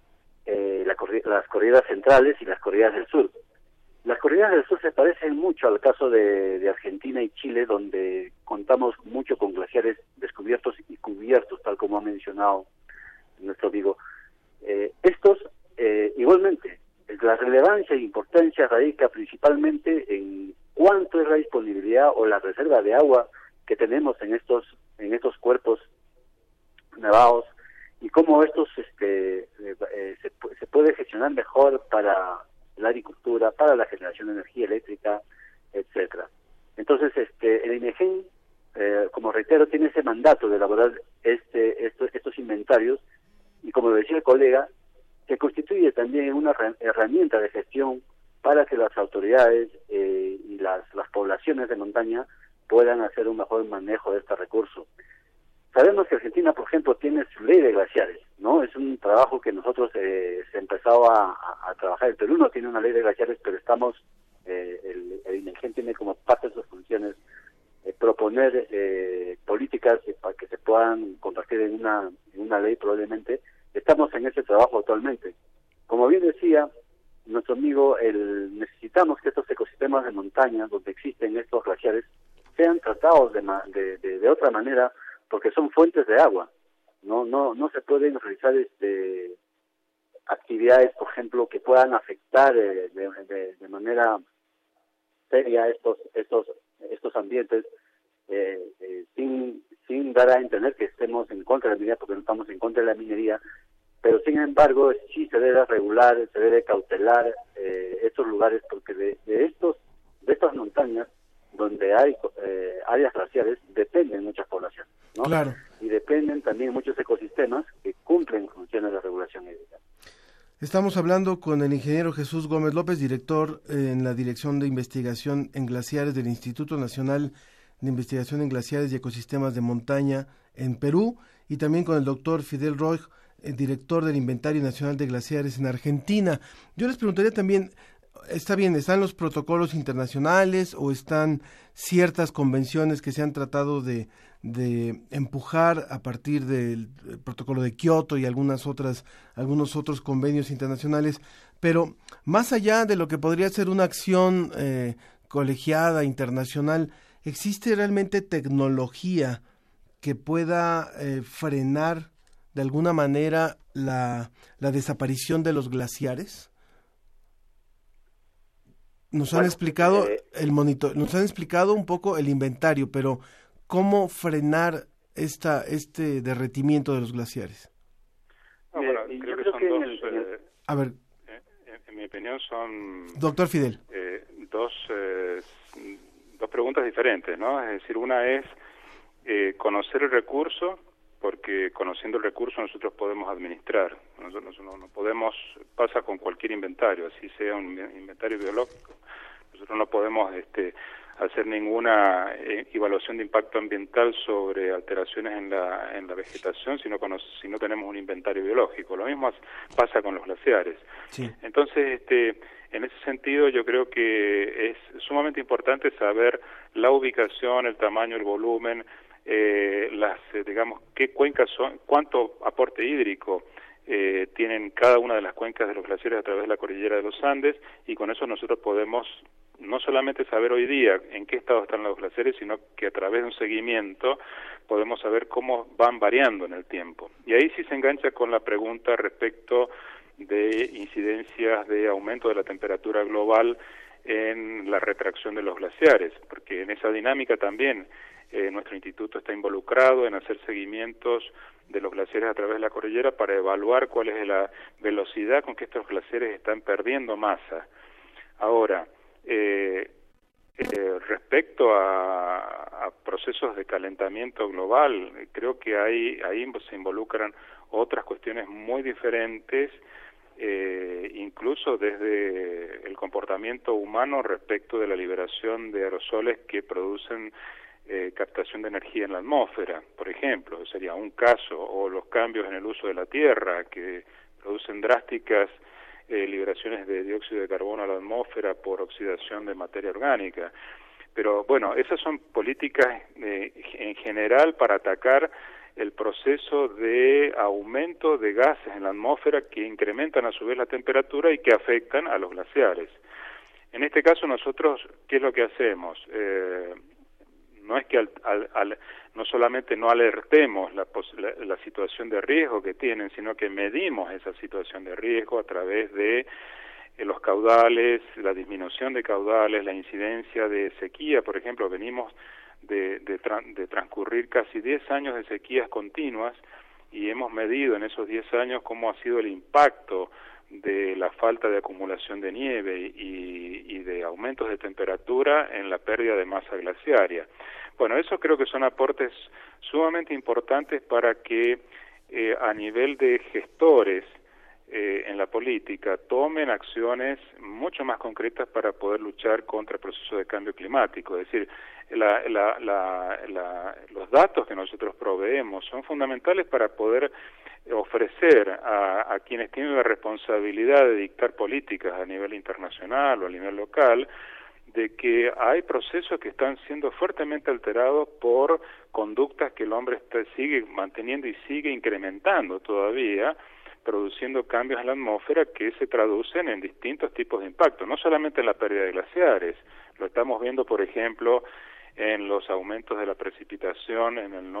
S21: las cordilleras centrales y las cordilleras del sur. Las cordilleras del sur se parecen mucho al caso de Argentina y Chile, donde contamos mucho con glaciares descubiertos y cubiertos, tal como ha mencionado nuestro amigo. Estos, igualmente, la relevancia e importancia radica principalmente en cuánto es la disponibilidad o la reserva de agua que tenemos en estos cuerpos nevados y cómo estos se puede gestionar mejor para la agricultura, para la generación de energía eléctrica, etcétera. Entonces, el INAIGEN, como reitero, tiene ese mandato de elaborar estos inventarios, y como decía el colega, que constituye también una herramienta de gestión para que las autoridades y las poblaciones de montaña puedan hacer un mejor manejo de este recurso. Sabemos que Argentina, por ejemplo, tiene su ley de glaciares, ¿no? Es un trabajo que nosotros se empezado a trabajar. El Perú no tiene una ley de glaciares, pero estamos, el INEGEN tiene como parte de sus funciones proponer políticas para que se puedan convertir en una ley probablemente. Estamos en ese trabajo actualmente. Como bien decía nuestro amigo, necesitamos que estos ecosistemas de montaña, donde existen estos glaciares, sean tratados de otra manera, porque son fuentes de agua. No se pueden realizar actividades, por ejemplo, que puedan afectar de manera seria estos ambientes, sin dar a entender que estemos en contra de la minería, porque no estamos en contra de la minería, pero sin embargo sí se debe regular, se debe cautelar estos lugares, porque de estas montañas donde hay áreas glaciares dependen muchas poblaciones, ¿no?
S8: Claro.
S21: Y dependen también muchos ecosistemas que cumplen funciones de regulación hídrica.
S8: Estamos hablando con el ingeniero Jesús Gómez López, director en la Dirección de Investigación en Glaciares del Instituto Nacional de Investigación en Glaciares y Ecosistemas de Montaña en Perú, y también con el doctor Fidel Roig, director del Inventario Nacional de Glaciares en Argentina. Yo les preguntaría también, está bien, ¿están los protocolos internacionales o están ciertas convenciones que se han tratado de empujar a partir del protocolo de Kioto y algunos otros convenios internacionales? Pero más allá de lo que podría ser una acción colegiada, internacional, ¿existe realmente tecnología que pueda frenar de alguna manera la desaparición de los glaciares? Nos han explicado nos han explicado un poco el inventario, pero ¿cómo frenar este derretimiento de los glaciares?
S1: Creo que son dos.
S8: A ver.
S1: En mi opinión son.
S8: Doctor Fidel.
S1: Dos preguntas diferentes, ¿no? Es decir, una es conocer el recurso, porque conociendo el recurso nosotros podemos administrar. Nosotros no podemos, pasa con cualquier inventario, así sea un inventario biológico. Nosotros no podemos hacer ninguna evaluación de impacto ambiental sobre alteraciones en la vegetación si no tenemos un inventario biológico. Lo mismo pasa con los glaciares. Sí. Entonces, en ese sentido, yo creo que es sumamente importante saber la ubicación, el tamaño, el volumen, digamos, qué cuencas son, cuánto aporte hídrico tienen cada una de las cuencas de los glaciares a través de la cordillera de los Andes, y con eso nosotros podemos no solamente saber hoy día en qué estado están los glaciares, sino que a través de un seguimiento podemos saber cómo van variando en el tiempo. Y ahí sí se engancha con la pregunta respecto de incidencias de aumento de la temperatura global en la retracción de los glaciares, porque en esa dinámica también nuestro instituto está involucrado en hacer seguimientos de los glaciares a través de la cordillera para evaluar cuál es la velocidad con que estos glaciares están perdiendo masa. Ahora, respecto a procesos de calentamiento global, creo que ahí se involucran otras cuestiones muy diferentes, incluso desde el comportamiento humano respecto de la liberación de aerosoles que producen captación de energía en la atmósfera, por ejemplo, sería un caso, o los cambios en el uso de la tierra que producen drásticas liberaciones de dióxido de carbono a la atmósfera por oxidación de materia orgánica. Pero bueno, esas son políticas en general para atacar el proceso de aumento de gases en la atmósfera que incrementan a su vez la temperatura y que afectan a los glaciares. En este caso nosotros, ¿qué es lo que hacemos? No es que no solamente no alertemos la situación de riesgo que tienen, sino que medimos esa situación de riesgo a través de los caudales, la disminución de caudales, la incidencia de sequía. Por ejemplo, venimos de transcurrir casi 10 años de sequías continuas y hemos medido en esos 10 años cómo ha sido el impacto de la falta de acumulación de nieve y de aumentos de temperatura en la pérdida de masa glaciaria. Bueno, eso creo que son aportes sumamente importantes para que a nivel de gestores en la política tomen acciones mucho más concretas para poder luchar contra el proceso de cambio climático. Es decir, los datos que nosotros proveemos son fundamentales para poder ofrecer a quienes tienen la responsabilidad de dictar políticas a nivel internacional o a nivel local, de que hay procesos que están siendo fuertemente alterados por conductas que el hombre sigue manteniendo y sigue incrementando todavía, produciendo cambios en la atmósfera que se traducen en distintos tipos de impactos, no solamente en la pérdida de glaciares, lo estamos viendo, por ejemplo, en los aumentos de la precipitación en el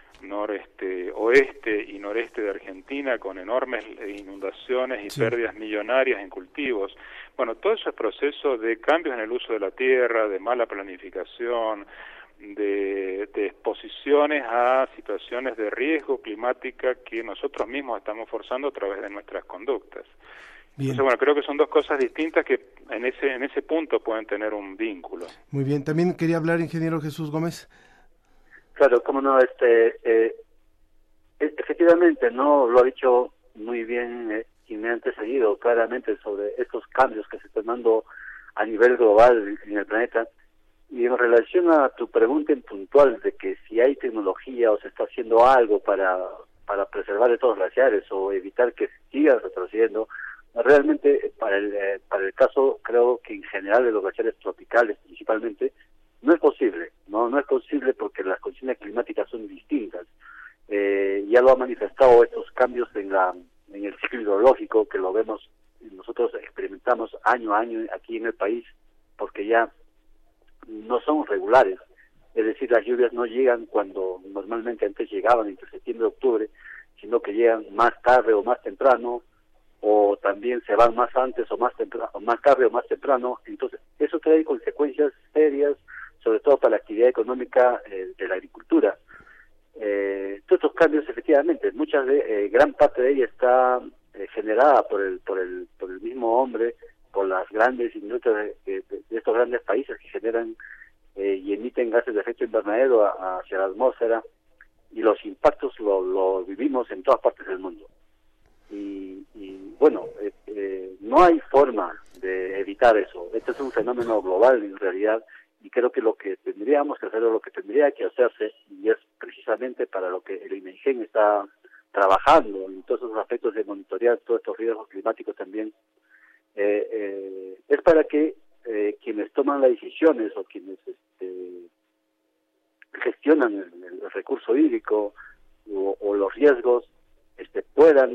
S1: oeste y noreste de Argentina, con enormes inundaciones y pérdidas millonarias en cultivos. Bueno, todos esos procesos de cambios en el uso de la tierra, de mala planificación, de exposiciones a situaciones de riesgo climática que nosotros mismos estamos forzando a través de nuestras conductas. Bien. Entonces, bueno, creo que son dos cosas distintas que en ese punto pueden tener un vínculo.
S8: Muy bien. También quería hablar, ingeniero Jesús Gómez.
S21: Claro, cómo no, efectivamente, no lo ha dicho muy bien quien me ha antecedido claramente sobre estos cambios que se están dando a nivel global en el planeta. Y en relación a tu pregunta en puntual de que si hay tecnología o se está haciendo algo para preservar estos glaciares o evitar que sigan retrocediendo, realmente para el caso, creo que en general de los glaciares tropicales principalmente, no es posible, no es posible porque las condiciones climáticas son distintas. Ya lo ha manifestado estos cambios en el ciclo hidrológico, que lo vemos, nosotros experimentamos año a año aquí en el país, porque ya no son regulares, es decir, las lluvias no llegan cuando normalmente antes llegaban entre septiembre y octubre, sino que llegan más tarde o más temprano, o también se van más antes o más temprano, más tarde o más temprano. Entonces eso trae consecuencias serias, sobre todo para la actividad económica de la agricultura. Todos estos cambios, efectivamente, gran parte de ella está generada por el mismo hombre, por las grandes industrias de estos grandes países que generan y emiten gases de efecto invernadero hacia la atmósfera, y los impactos lo vivimos en todas partes del mundo. Y bueno, no hay forma de evitar eso. Este es un fenómeno global en realidad, y creo que lo que tendríamos que hacer, o lo que tendría que hacerse, y es precisamente para lo que el INEGEN está trabajando en todos esos aspectos de monitorear todos estos riesgos climáticos también, es para que quienes toman las decisiones o quienes gestionan el recurso hídrico o los riesgos se puedan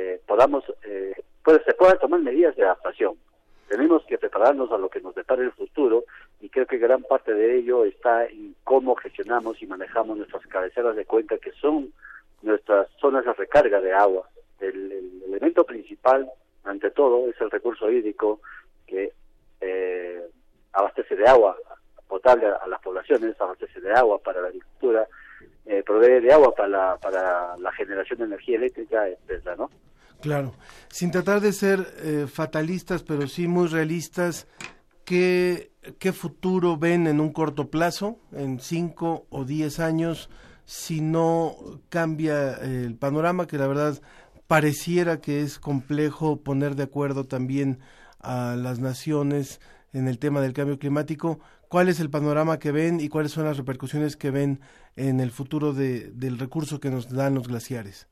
S21: tomar medidas de adaptación. Tenemos que prepararnos a lo que nos depara el futuro, y creo que gran parte de ello está en cómo gestionamos y manejamos nuestras cabeceras de cuenca, que son nuestras zonas de recarga de agua. El elemento principal, ante todo, es el recurso hídrico, que abastece de agua potable a las poblaciones, abastece de agua para la agricultura, provee de agua para la generación de energía eléctrica, etcétera, ¿no?
S8: Claro, sin tratar de ser fatalistas, pero sí muy realistas, ¿qué futuro ven en un corto plazo, en 5 o 10 años, si no cambia el panorama, que la verdad pareciera que es complejo poner de acuerdo también a las naciones en el tema del cambio climático? ¿Cuál es el panorama que ven y cuáles son las repercusiones que ven en el futuro del recurso que nos dan los glaciares?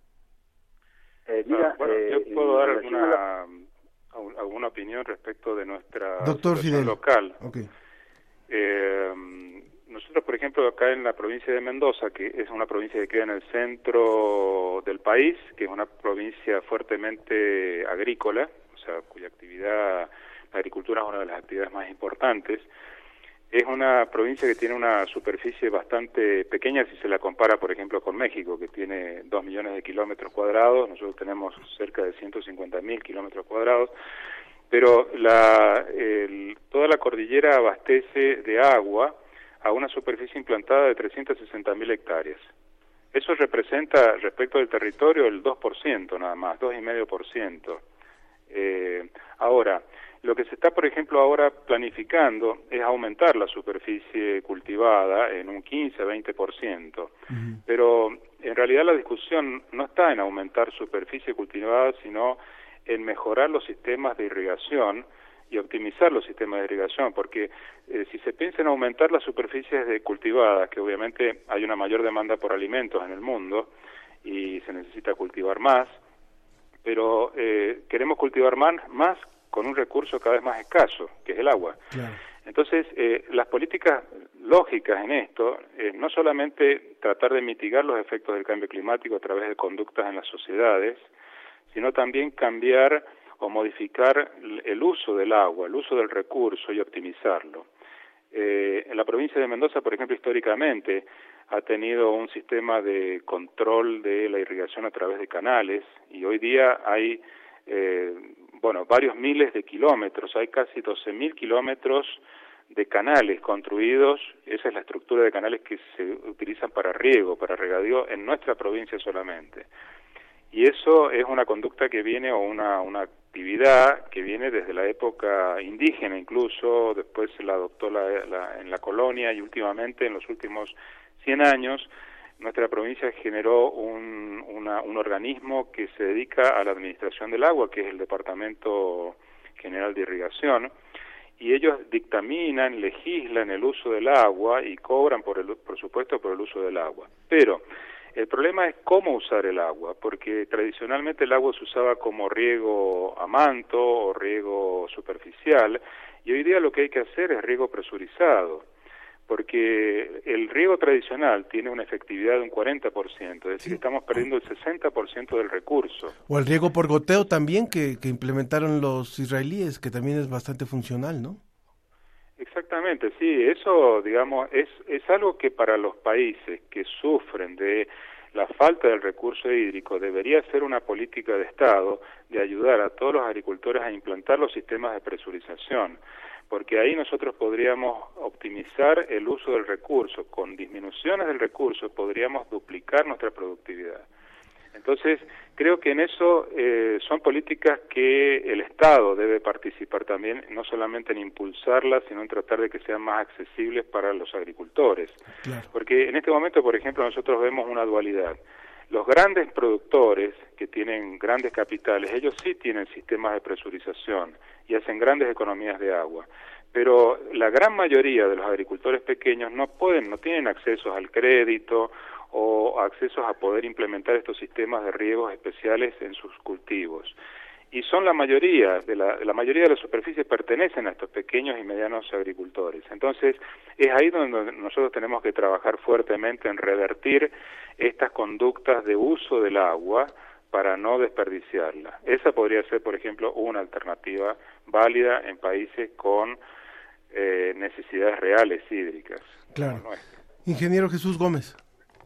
S1: Yo puedo dar alguna opinión respecto de nuestra situación local.
S8: Okay.
S1: Nosotros, por ejemplo, acá en la provincia de Mendoza, que es una provincia que queda en el centro del país, que es una provincia fuertemente agrícola, o sea, cuya actividad, la agricultura es una de las actividades más importantes. Es una provincia que tiene una superficie bastante pequeña si se la compara, por ejemplo, con México, que tiene 2 millones de kilómetros cuadrados. Nosotros tenemos cerca de 150.000 kilómetros cuadrados, pero toda la cordillera abastece de agua a una superficie implantada de 360.000 hectáreas. Eso representa, respecto del territorio, el 2% nada más, 2,5%. Ahora, Lo que se está, por ejemplo, ahora planificando es aumentar la superficie cultivada en un 15-20%, pero en realidad la discusión no está en aumentar superficie cultivada, sino en mejorar los sistemas de irrigación y optimizar los sistemas de irrigación, porque si se piensa en aumentar las superficies cultivadas, que obviamente hay una mayor demanda por alimentos en el mundo y se necesita cultivar más, pero queremos cultivar más con un recurso cada vez más escaso, que es el agua. Claro. Entonces, las políticas lógicas en esto, no solamente tratar de mitigar los efectos del cambio climático a través de conductas en las sociedades, sino también cambiar o modificar el uso del agua, el uso del recurso y optimizarlo. En la provincia de Mendoza, por ejemplo, históricamente ha tenido un sistema de control de la irrigación a través de canales, y hoy día hay varios miles de kilómetros, hay casi 12.000 kilómetros de canales construidos. Esa es la estructura de canales que se utilizan para riego, para regadío en nuestra provincia solamente. Y eso es una conducta que viene, o una actividad que viene desde la época indígena incluso, después se la adoptó en la colonia, y últimamente, en los últimos 100 años, nuestra provincia generó un organismo que se dedica a la administración del agua, que es el Departamento General de Irrigación, y ellos dictaminan, legislan el uso del agua y cobran, por supuesto, por el uso del agua. Pero el problema es cómo usar el agua, porque tradicionalmente el agua se usaba como riego a manto o riego superficial, y hoy día lo que hay que hacer es riego presurizado, porque el riego tradicional tiene una efectividad de un 40%, es decir, estamos perdiendo el 60% del recurso.
S8: O el riego por goteo también, que implementaron los israelíes, que también es bastante funcional, ¿no?
S1: Exactamente, sí, eso, digamos, es algo que para los países que sufren de la falta del recurso hídrico debería ser una política de Estado de ayudar a todos los agricultores a implantar los sistemas de presurización, porque ahí nosotros podríamos optimizar el uso del recurso. Con disminuciones del recurso podríamos duplicar nuestra productividad. Entonces, creo que en eso son políticas que el Estado debe participar también, no solamente en impulsarlas, sino en tratar de que sean más accesibles para los agricultores. Claro. Porque en este momento, por ejemplo, nosotros vemos una dualidad. Los grandes productores que tienen grandes capitales, ellos sí tienen sistemas de presurización y hacen grandes economías de agua, pero la gran mayoría de los agricultores pequeños no tienen accesos al crédito o accesos a poder implementar estos sistemas de riegos especiales en sus cultivos. Y son la mayoría de las superficies pertenecen a estos pequeños y medianos agricultores. Entonces, es ahí donde nosotros tenemos que trabajar fuertemente en revertir estas conductas de uso del agua para no desperdiciarla. Esa podría ser, por ejemplo, una alternativa válida en países con necesidades reales hídricas.
S8: Claro. Ingeniero Jesús Gómez.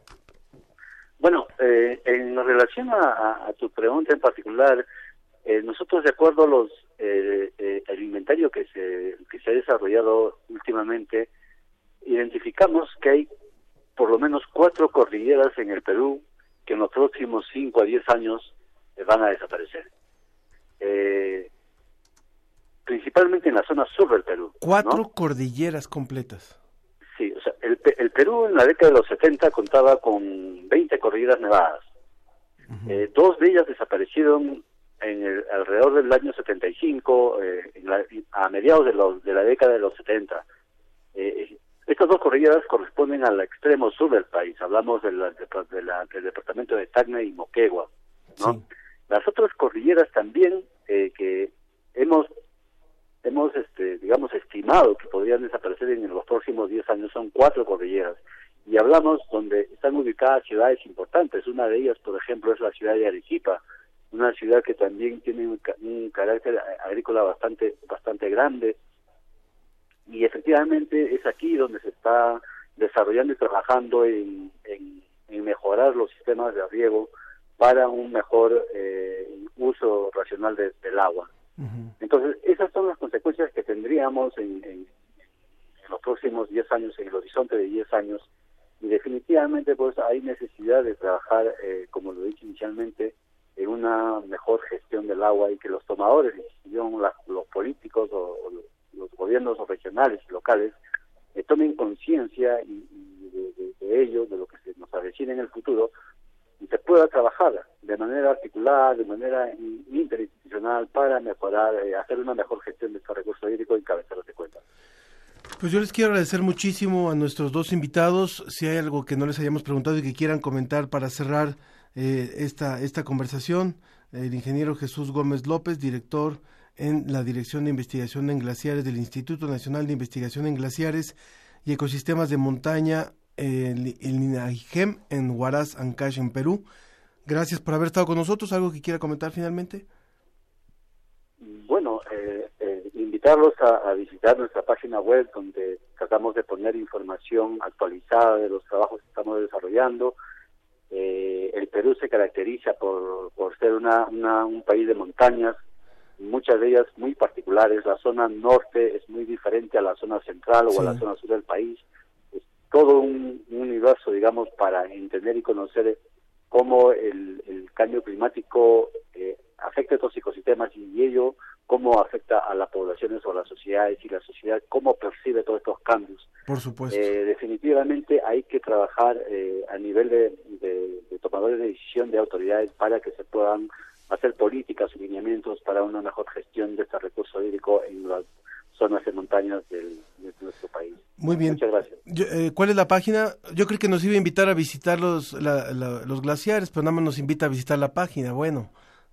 S21: Bueno, en relación a tu pregunta en particular, nosotros, de acuerdo a el inventario que se ha desarrollado últimamente, identificamos que hay por lo menos 4 cordilleras en el Perú que en los próximos 5 a 10 años van a desaparecer. Principalmente en la zona sur del Perú.
S8: 4 cordilleras completas.
S21: Sí, o sea, el Perú en la década de los 70 contaba con 20 cordilleras nevadas. 2 de ellas desaparecieron alrededor del año 75, a mediados de la década de los 70. Estas 2 cordilleras corresponden al extremo sur del país. Hablamos del departamento de Tacna y Moquegua, ¿no? Sí. Las otras cordilleras también que hemos digamos, estimado que podrían desaparecer en los próximos 10 años son 4 cordilleras. Y hablamos donde están ubicadas ciudades importantes. Una de ellas, por ejemplo, es la ciudad de Arequipa, una ciudad que también tiene un carácter agrícola bastante grande. Y efectivamente es aquí donde se está desarrollando y trabajando en mejorar los sistemas de riego para un mejor uso racional del agua. Entonces, esas son las consecuencias que tendríamos en los próximos 10 años, en el horizonte de 10 años, y definitivamente pues hay necesidad de trabajar, como lo he dicho inicialmente, en una mejor gestión del agua, y que los tomadores de decisión, los políticos o los gobiernos regionales y locales tomen conciencia de ello, de lo que se nos avecina en el futuro, y se pueda trabajar de manera articulada, de manera interinstitucional para mejorar, hacer una mejor gestión de este recurso hídrico en cabeceras de cuentas.
S8: Pues yo les quiero agradecer muchísimo a nuestros dos invitados. Si hay algo que no les hayamos preguntado y que quieran comentar para cerrar esta conversación, el ingeniero Jesús Gómez López, director en la Dirección de Investigación en Glaciares del Instituto Nacional de Investigación en Glaciares y Ecosistemas de Montaña, el INAIGEM, en Huaraz, Ancash, en Perú. Gracias por haber estado con nosotros. ¿Algo que quiera comentar finalmente?
S21: Bueno, invitarlos a visitar nuestra página web, donde tratamos de poner información actualizada de los trabajos que estamos desarrollando. El Perú se caracteriza por ser un país de montañas, muchas de ellas muy particulares. La zona norte es muy diferente a la zona central o a la zona sur del país. Es todo un universo, digamos, para entender y conocer cómo el cambio climático afecta a estos ecosistemas, y ello cómo afecta a las poblaciones o a las sociedades, y la sociedad cómo percibe todos estos cambios.
S8: Por supuesto.
S21: Definitivamente hay que trabajar a nivel de tomadores de decisión, de autoridades, para que se puedan hacer políticas y lineamientos para una mejor gestión de este recurso hídrico en las zonas de montañas de nuestro país.
S8: Muy bien.
S21: Muchas gracias.
S8: ¿Cuál es la página? Yo creo que nos iba a invitar a visitar los glaciares, pero nada más nos invita a visitar la página. Bueno.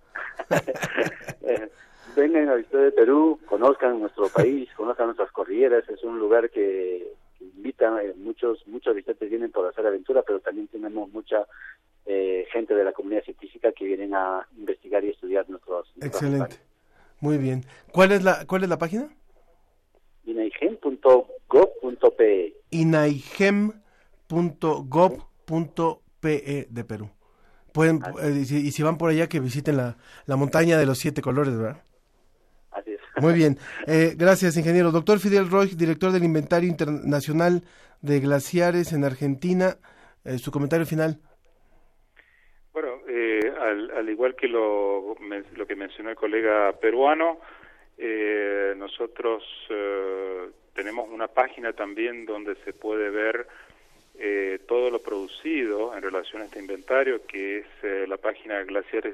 S21: Vengan a visitar el Perú, conozcan nuestro país, conozcan nuestras cordilleras. Es un lugar que invita, muchos visitantes vienen por hacer aventura, pero también tenemos mucha gente de la comunidad científica que vienen a investigar y estudiar nuestros.
S8: Excelente. Montañas. Muy bien. ¿Cuál es la página?
S21: inaigem.gov.pe.
S8: inaigem.gov.pe de Perú. Pueden, y si van por allá, que visiten la montaña de los 7 colores, ¿verdad?
S21: Así es.
S8: Muy bien. Gracias, ingeniero. Doctor Fidel Roig, director del Inventario Internacional de Glaciares en Argentina. Su comentario final.
S1: Bueno, al igual que lo que mencionó el colega peruano, nosotros tenemos una página también donde se puede ver todo lo producido en relación a este inventario, que es la página glaciares,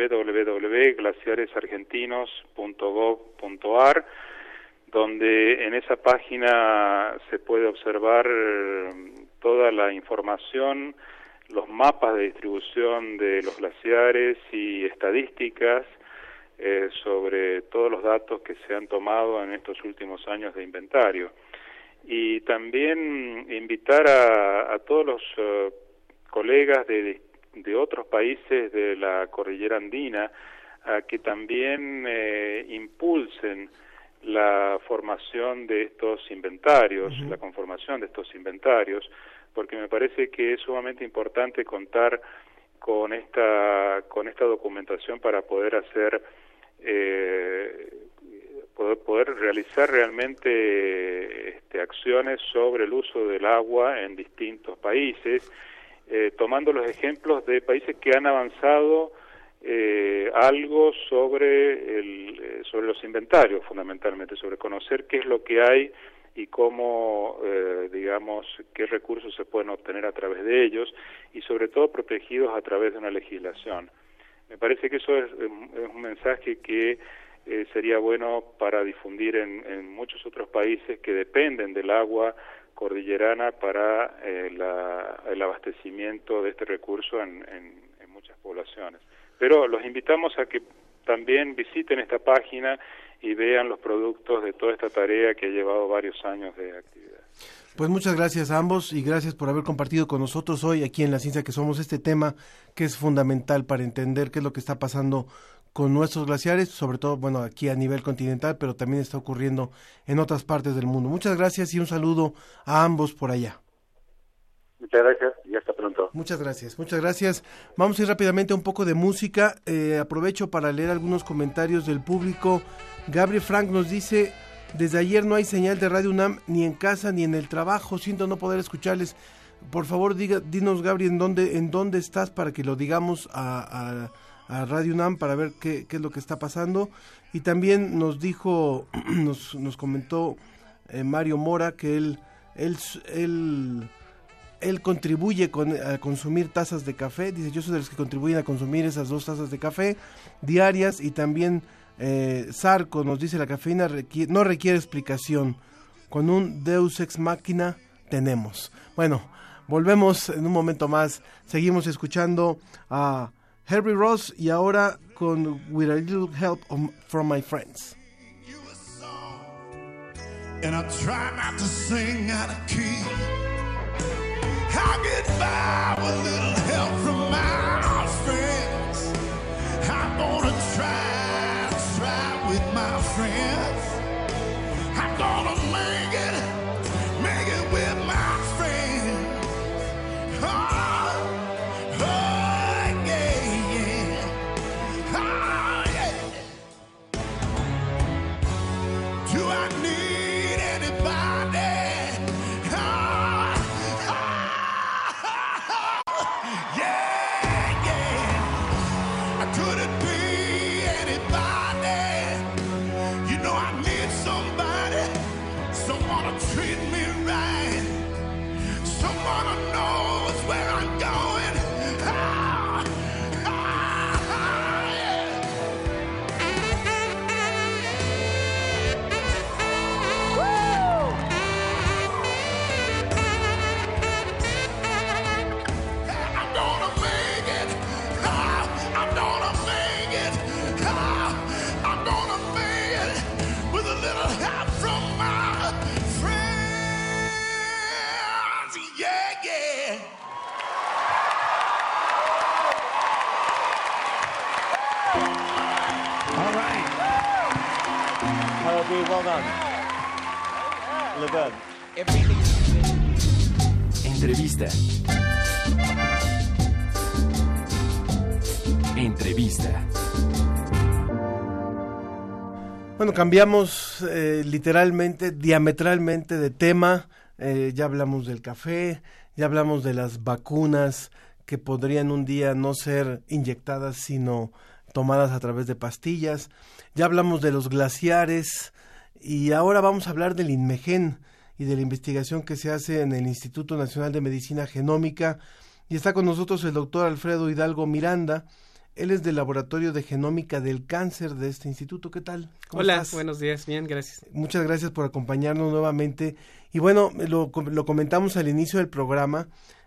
S1: www.glaciaresargentinos.gov.ar, donde en esa página se puede observar toda la información, los mapas de distribución de los glaciares y estadísticas sobre todos los datos que se han tomado en estos últimos años de inventario. Y también invitar a todos los colegas de otros países de la cordillera andina a que también impulsen la formación de estos inventarios, la conformación de estos inventarios, porque me parece que es sumamente importante contar con esta documentación para poder hacer poder realizar realmente acciones sobre el uso del agua en distintos países, tomando los ejemplos de países que han avanzado algo sobre los inventarios, fundamentalmente, sobre conocer qué es lo que hay y cómo, digamos, qué recursos se pueden obtener a través de ellos, y sobre todo protegidos a través de una legislación. Me parece que eso es un mensaje que sería bueno para difundir en muchos otros países que dependen del agua cordillerana para el abastecimiento de este recurso en muchas poblaciones. Pero los invitamos a que también visiten esta página y vean los productos de toda esta tarea que ha llevado varios años de actividad.
S8: Pues muchas gracias a ambos y gracias por haber compartido con nosotros hoy aquí en La Ciencia que Somos este tema que es fundamental para entender qué es lo que está pasando con nuestros glaciares, sobre todo, bueno, aquí a nivel continental, pero también está ocurriendo en otras partes del mundo. Muchas gracias y un saludo a ambos por allá.
S21: Muchas gracias y hasta pronto.
S8: Muchas gracias, muchas gracias. Vamos a ir rápidamente a un poco de música. Aprovecho para leer algunos comentarios del público. Gabriel Frank nos dice: desde ayer no hay señal de Radio UNAM ni en casa ni en el trabajo. Siento no poder escucharles. Por favor, dinos, Gabriel, en dónde estás para que lo digamos a a Radio UNAM para ver qué es lo que está pasando. Y también nos dijo, nos comentó Mario Mora que él contribuye a consumir tazas de café. Dice, yo soy de los que contribuyen a consumir esas 2 tazas de café diarias. Y también Zarco nos dice, la cafeína no requiere explicación. Con un Deus Ex Machina tenemos. Bueno, volvemos en un momento más. Seguimos escuchando a Herbie Ross y ahora con With a Little Help from My Friends.
S7: And I try not to sing out of key. I'll get by with a little help from my friends. I'm gonna try with my friends. I'm gonna make it with my friends. Oh, yeah, yeah. Oh, yeah. Do I need anybody? Yeah, yeah. Could it be anybody? You know I need somebody, someone to treat me right, someone who knows where I'm going.
S2: Well done. Laverne.
S6: Entrevista.
S8: Bueno, cambiamos literalmente, diametralmente de tema. Ya hablamos del café, ya hablamos de las vacunas que podrían un día no ser inyectadas, sino tomadas a través de pastillas. Ya hablamos de los glaciares y ahora vamos a hablar del INMEGEN y de la investigación que se hace en el Instituto Nacional de Medicina Genómica. Y está con nosotros el doctor Alfredo Hidalgo Miranda. Él es del Laboratorio de Genómica del Cáncer de este instituto. ¿Qué tal?
S22: Hola,
S8: estás?
S22: Buenos días. Bien, gracias.
S8: Muchas gracias por acompañarnos nuevamente. Y bueno, lo comentamos al inicio del programa.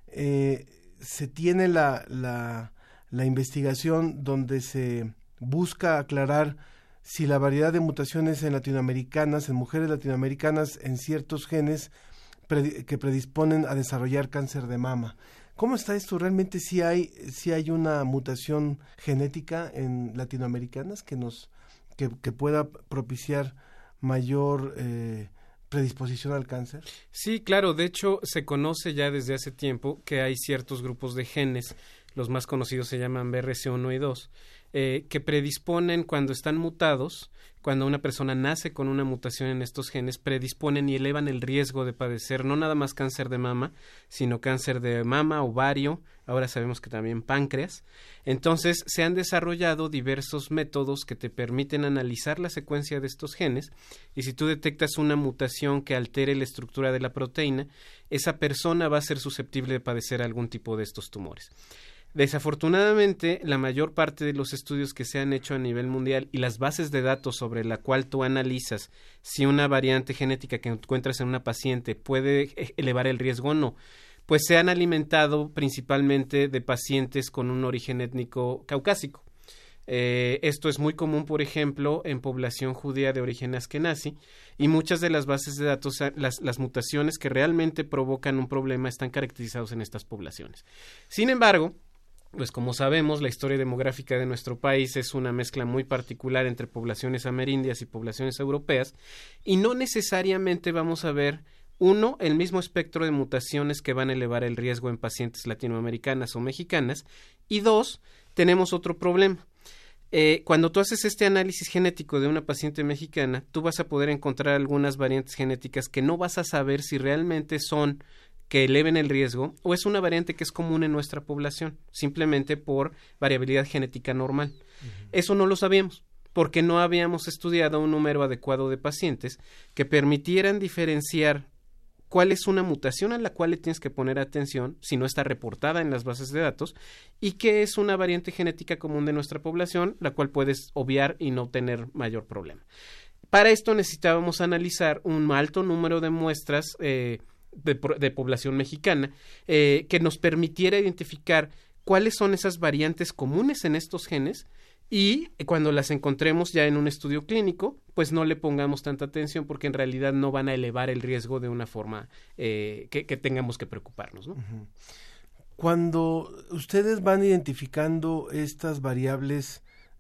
S8: Se tiene la investigación donde se busca aclarar si la variedad de mutaciones en mujeres latinoamericanas, en ciertos genes que predisponen a desarrollar cáncer de mama. ¿Cómo está esto? ¿Realmente sí hay una mutación genética en latinoamericanas que pueda propiciar mayor predisposición al cáncer?
S22: Sí, claro. De hecho, se conoce ya desde hace tiempo que hay ciertos grupos de genes, los más conocidos se llaman BRCA1 y 2, que predisponen cuando están mutados, cuando una persona nace con una mutación en estos genes, predisponen y elevan el riesgo de padecer no nada más cáncer de mama, sino cáncer de mama, ovario, ahora sabemos que también páncreas. Entonces, se han desarrollado diversos métodos que te permiten analizar la secuencia de estos genes y si tú detectas una mutación que altere la estructura de la proteína, esa persona va a ser susceptible de padecer algún tipo de estos tumores. Desafortunadamente, la mayor parte de los estudios que se han hecho a nivel mundial y las bases de datos sobre la cual tú analizas si una variante genética que encuentras en una paciente puede elevar el riesgo o no, pues se han alimentado principalmente de pacientes con un origen étnico caucásico. Esto es muy común, por ejemplo, en población judía de origen askenazi y muchas de las bases de datos, las mutaciones que realmente provocan un problema están caracterizados en estas poblaciones. Sin embargo, pues como sabemos, la historia demográfica de nuestro país es una mezcla muy particular entre poblaciones amerindias y poblaciones europeas y no necesariamente vamos a ver, uno, el mismo espectro de mutaciones que van a elevar el riesgo en pacientes latinoamericanas o mexicanas y dos, tenemos otro problema. Cuando tú haces este análisis genético de una paciente mexicana, tú vas a poder encontrar algunas variantes genéticas que no vas a saber si realmente son que eleven el riesgo, o es una variante que es común en nuestra población, simplemente por variabilidad genética normal. Eso no lo sabíamos, porque no habíamos estudiado un número adecuado de pacientes que permitieran diferenciar cuál es una mutación a la cual le tienes que poner atención si no está reportada en las bases de datos, y qué es una variante genética común de nuestra población, la cual puedes obviar y no tener mayor problema. Para esto necesitábamos analizar un alto número de muestras de población mexicana que nos permitiera identificar cuáles son esas variantes comunes en estos genes, y cuando las encontremos ya en un estudio clínico, pues no le pongamos tanta atención, porque en realidad no van a elevar el riesgo de una forma que tengamos que preocuparnos, ¿no?
S8: Cuando ustedes van identificando estas variables,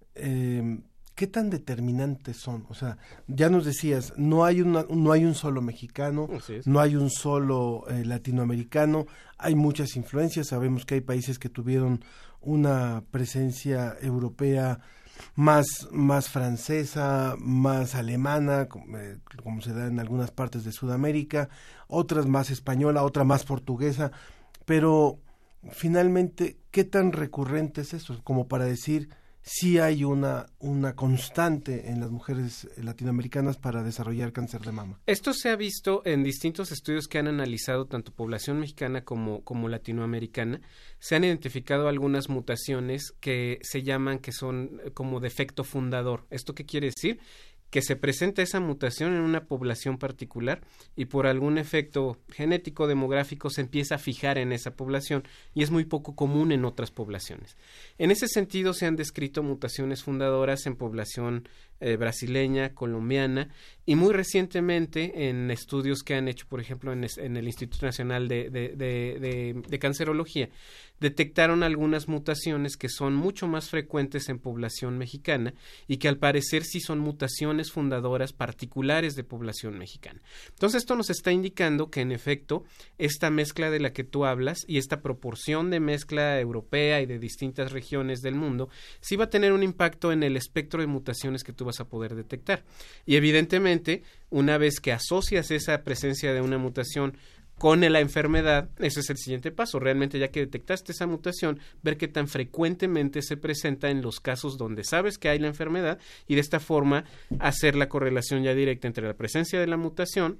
S8: ¿qué tan determinantes son? O sea, ya nos decías, no hay un solo mexicano, no hay un solo latinoamericano, hay muchas influencias. Sabemos que hay países que tuvieron una presencia europea más francesa, más alemana, como se da en algunas partes de Sudamérica, otras más española, otra más portuguesa, pero finalmente, ¿qué tan recurrente es eso? Como para decir, sí hay una constante en las mujeres latinoamericanas para desarrollar cáncer de mama.
S22: Esto se ha visto en distintos estudios que han analizado tanto población mexicana como latinoamericana. Se han identificado algunas mutaciones que se llaman, que son como defecto fundador. ¿Esto qué quiere decir? Que se presenta esa mutación en una población particular y por algún efecto genético demográfico se empieza a fijar en esa población, y es muy poco común en otras poblaciones. En ese sentido se han descrito mutaciones fundadoras en población brasileña, colombiana, y muy recientemente en estudios que han hecho, por ejemplo, en el Instituto Nacional de Cancerología, detectaron algunas mutaciones que son mucho más frecuentes en población mexicana y que al parecer sí son mutaciones fundadoras particulares de población mexicana. Entonces esto nos está indicando que en efecto esta mezcla de la que tú hablas y esta proporción de mezcla europea y de distintas regiones del mundo sí va a tener un impacto en el espectro de mutaciones que tú vas a poder detectar. Y evidentemente, una vez que asocias esa presencia de una mutación con la enfermedad, ese es el siguiente paso. Realmente, ya que detectaste esa mutación, ver qué tan frecuentemente se presenta en los casos donde sabes que hay la enfermedad, y de esta forma hacer la correlación ya directa entre la presencia de la mutación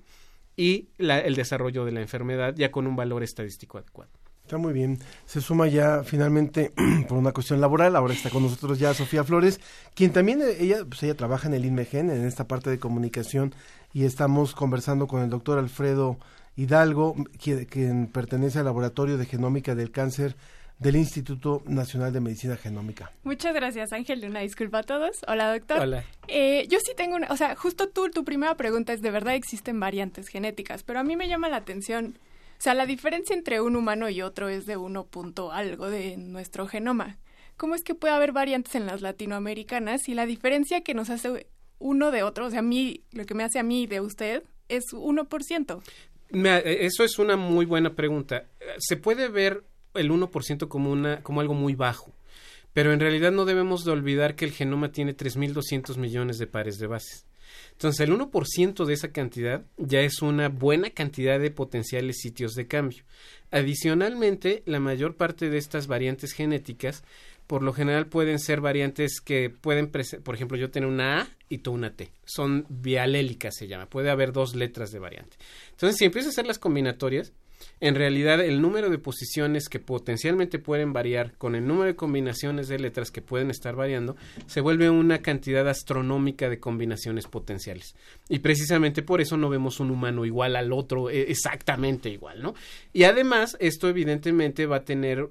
S22: y el desarrollo de la enfermedad, ya con un valor estadístico adecuado.
S8: Está muy bien. Se suma ya finalmente por una cuestión laboral. Ahora está con nosotros ya Sofía Flores, quien también ella trabaja en el INMEGEN, en esta parte de comunicación, y estamos conversando con el doctor Alfredo Hidalgo, quien pertenece al Laboratorio de Genómica del Cáncer del Instituto Nacional de Medicina Genómica.
S3: Muchas gracias, Ángel. Una disculpa a todos. Hola, doctor.
S22: Hola.
S3: Yo sí tengo justo tu primera pregunta es, ¿de verdad existen variantes genéticas? Pero a mí me llama la atención, o sea, la diferencia entre un humano y otro es de 1 punto algo de nuestro genoma. ¿Cómo es que puede haber variantes en las latinoamericanas y la diferencia que nos hace uno de otro, o sea, lo que me hace a mí de usted, es 1%?
S22: Eso es una muy buena pregunta. Se puede ver el 1% como algo muy bajo, pero en realidad no debemos de olvidar que el genoma tiene 3.200 millones de pares de bases. Entonces, el 1% de esa cantidad ya es una buena cantidad de potenciales sitios de cambio. Adicionalmente, la mayor parte de estas variantes genéticas, por lo general, pueden ser variantes que pueden, por ejemplo, yo tener una A y tú una T. Son bialélicas, se llama. Puede haber 2 letras de variante. Entonces, si empiezas a hacer las combinatorias, en realidad el número de posiciones que potencialmente pueden variar con el número de combinaciones de letras que pueden estar variando, se vuelve una cantidad astronómica de combinaciones potenciales. Y precisamente por eso no vemos un humano igual al otro, exactamente igual, ¿no? Y además, esto evidentemente va a tener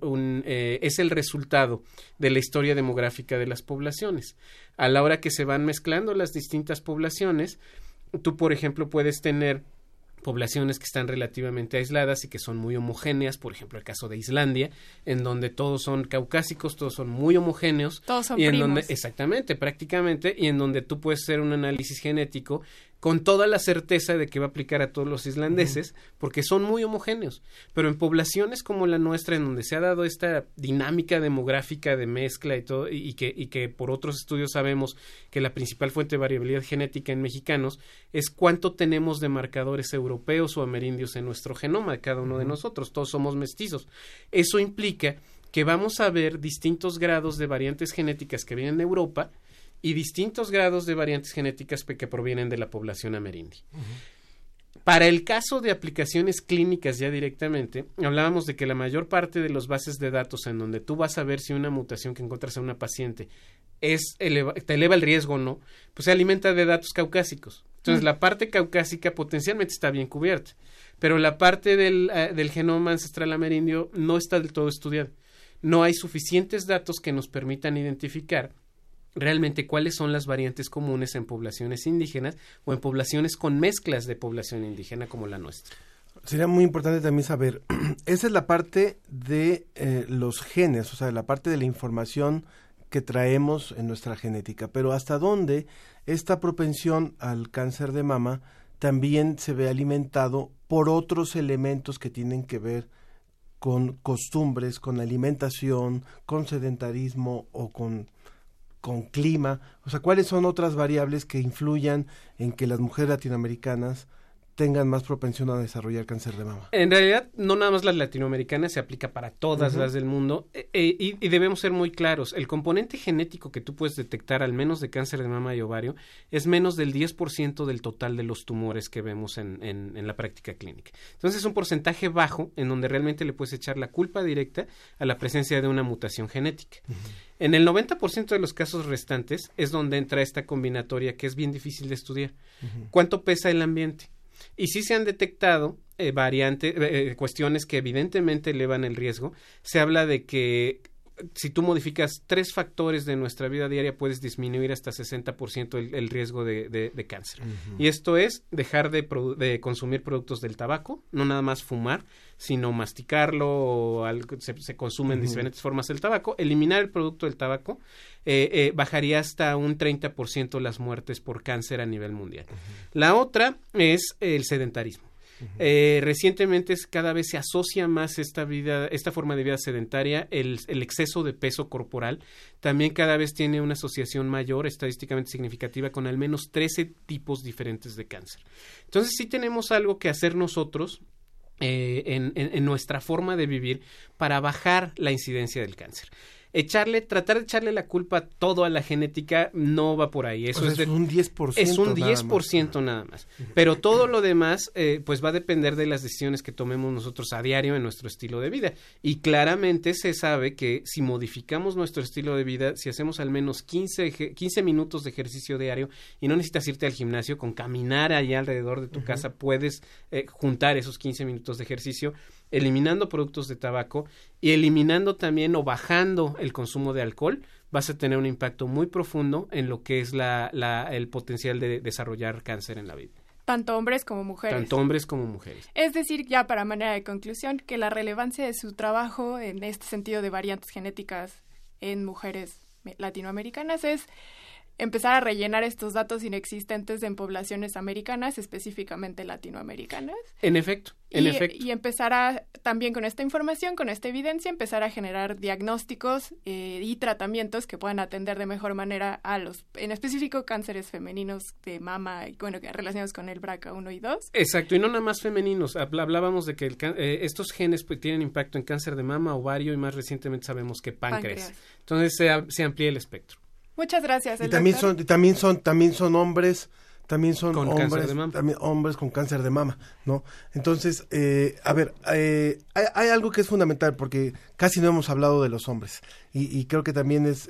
S22: es el resultado de la historia demográfica de las poblaciones. A la hora que se van mezclando las distintas poblaciones, tú, por ejemplo, puedes tener poblaciones que están relativamente aisladas y que son muy homogéneas, por ejemplo el caso de Islandia, en donde todos son caucásicos, todos son muy homogéneos,
S3: todos son
S22: y en
S3: primos.
S22: donde, exactamente, prácticamente, y en donde tú puedes hacer un análisis genético con toda la certeza de que va a aplicar a todos los islandeses, porque son muy homogéneos. Pero en poblaciones como la nuestra, en donde se ha dado esta dinámica demográfica de mezcla y todo, y que por otros estudios sabemos que la principal fuente de variabilidad genética en mexicanos es cuánto tenemos de marcadores europeos o amerindios en nuestro genoma, cada uno de nosotros. Todos somos mestizos. Eso implica que vamos a ver distintos grados de variantes genéticas que vienen de Europa y distintos grados de variantes genéticas que provienen de la población amerindi. Para el caso de aplicaciones clínicas ya directamente, hablábamos de que la mayor parte de los bases de datos en donde tú vas a ver si una mutación que encuentras en una paciente te eleva el riesgo o no, pues se alimenta de datos caucásicos. Entonces, la parte caucásica potencialmente está bien cubierta, pero la parte del genoma ancestral amerindio no está del todo estudiada. No hay suficientes datos que nos permitan identificar realmente cuáles son las variantes comunes en poblaciones indígenas o en poblaciones con mezclas de población indígena como la nuestra.
S8: Sería muy importante también saber, esa es la parte de los genes, o sea, la parte de la información que traemos en nuestra genética, pero hasta dónde esta propensión al cáncer de mama también se ve alimentado por otros elementos que tienen que ver con costumbres, con alimentación, con sedentarismo o con clima, o sea, ¿cuáles son otras variables que influyan en que las mujeres latinoamericanas tengan más propensión a desarrollar cáncer de mama?
S22: En realidad, no nada más las latinoamericanas, se aplica para todas las del mundo, y debemos ser muy claros. El componente genético que tú puedes detectar, al menos de cáncer de mama y ovario, es menos del 10% del total de los tumores que vemos en la práctica clínica. Entonces, es un porcentaje bajo en donde realmente le puedes echar la culpa directa a la presencia de una mutación genética. En el 90% de los casos restantes es donde entra esta combinatoria que es bien difícil de estudiar. ¿Cuánto pesa el ambiente? Y sí se han detectado cuestiones que evidentemente elevan el riesgo. Se habla de que si tú modificas 3 factores de nuestra vida diaria, puedes disminuir hasta 60% el riesgo de cáncer. Y esto es dejar de consumir productos del tabaco, no nada más fumar, sino masticarlo, o se consume en diferentes formas el tabaco. Eliminar el producto del tabaco bajaría hasta un 30% las muertes por cáncer a nivel mundial. La otra es el sedentarismo. Recientemente cada vez se asocia más esta forma de vida sedentaria, el exceso de peso corporal, también cada vez tiene una asociación mayor, estadísticamente significativa, con al menos 13 tipos diferentes de cáncer. Entonces sí tenemos algo que hacer nosotros en nuestra forma de vivir para bajar la incidencia del cáncer. Tratar de echarle la culpa todo a la genética no va por ahí. Eso es un 10%. Es un 10% nada más. Pero todo lo demás, pues va a depender de las decisiones que tomemos nosotros a diario en nuestro estilo de vida. Y claramente se sabe que si modificamos nuestro estilo de vida, si hacemos al menos 15 minutos de ejercicio diario, y no necesitas irte al gimnasio, con caminar allá alrededor de tu casa puedes juntar esos 15 minutos de ejercicio, eliminando productos de tabaco y eliminando también o bajando el consumo de alcohol, vas a tener un impacto muy profundo en lo que es el potencial de desarrollar cáncer en la vida.
S3: Tanto hombres como mujeres.
S22: Tanto hombres como mujeres.
S3: Es decir, ya para manera de conclusión, que la relevancia de su trabajo en este sentido de variantes genéticas en mujeres latinoamericanas es empezar a rellenar estos datos inexistentes en poblaciones americanas, específicamente latinoamericanas.
S22: En efecto.
S3: Y empezar también con esta información, con esta evidencia, empezar a generar diagnósticos y tratamientos que puedan atender de mejor manera a en específico, cánceres femeninos de mama, relacionados con el BRCA1 y 2.
S22: Exacto, y no nada más femeninos. Hablábamos de que estos genes tienen impacto en cáncer de mama, ovario y más recientemente sabemos que páncreas. Entonces se amplía el espectro.
S3: Muchas gracias.
S8: Y también son hombres, hombres con cáncer de mama, ¿no? Entonces, hay algo que es fundamental porque casi no hemos hablado de los hombres y creo que también es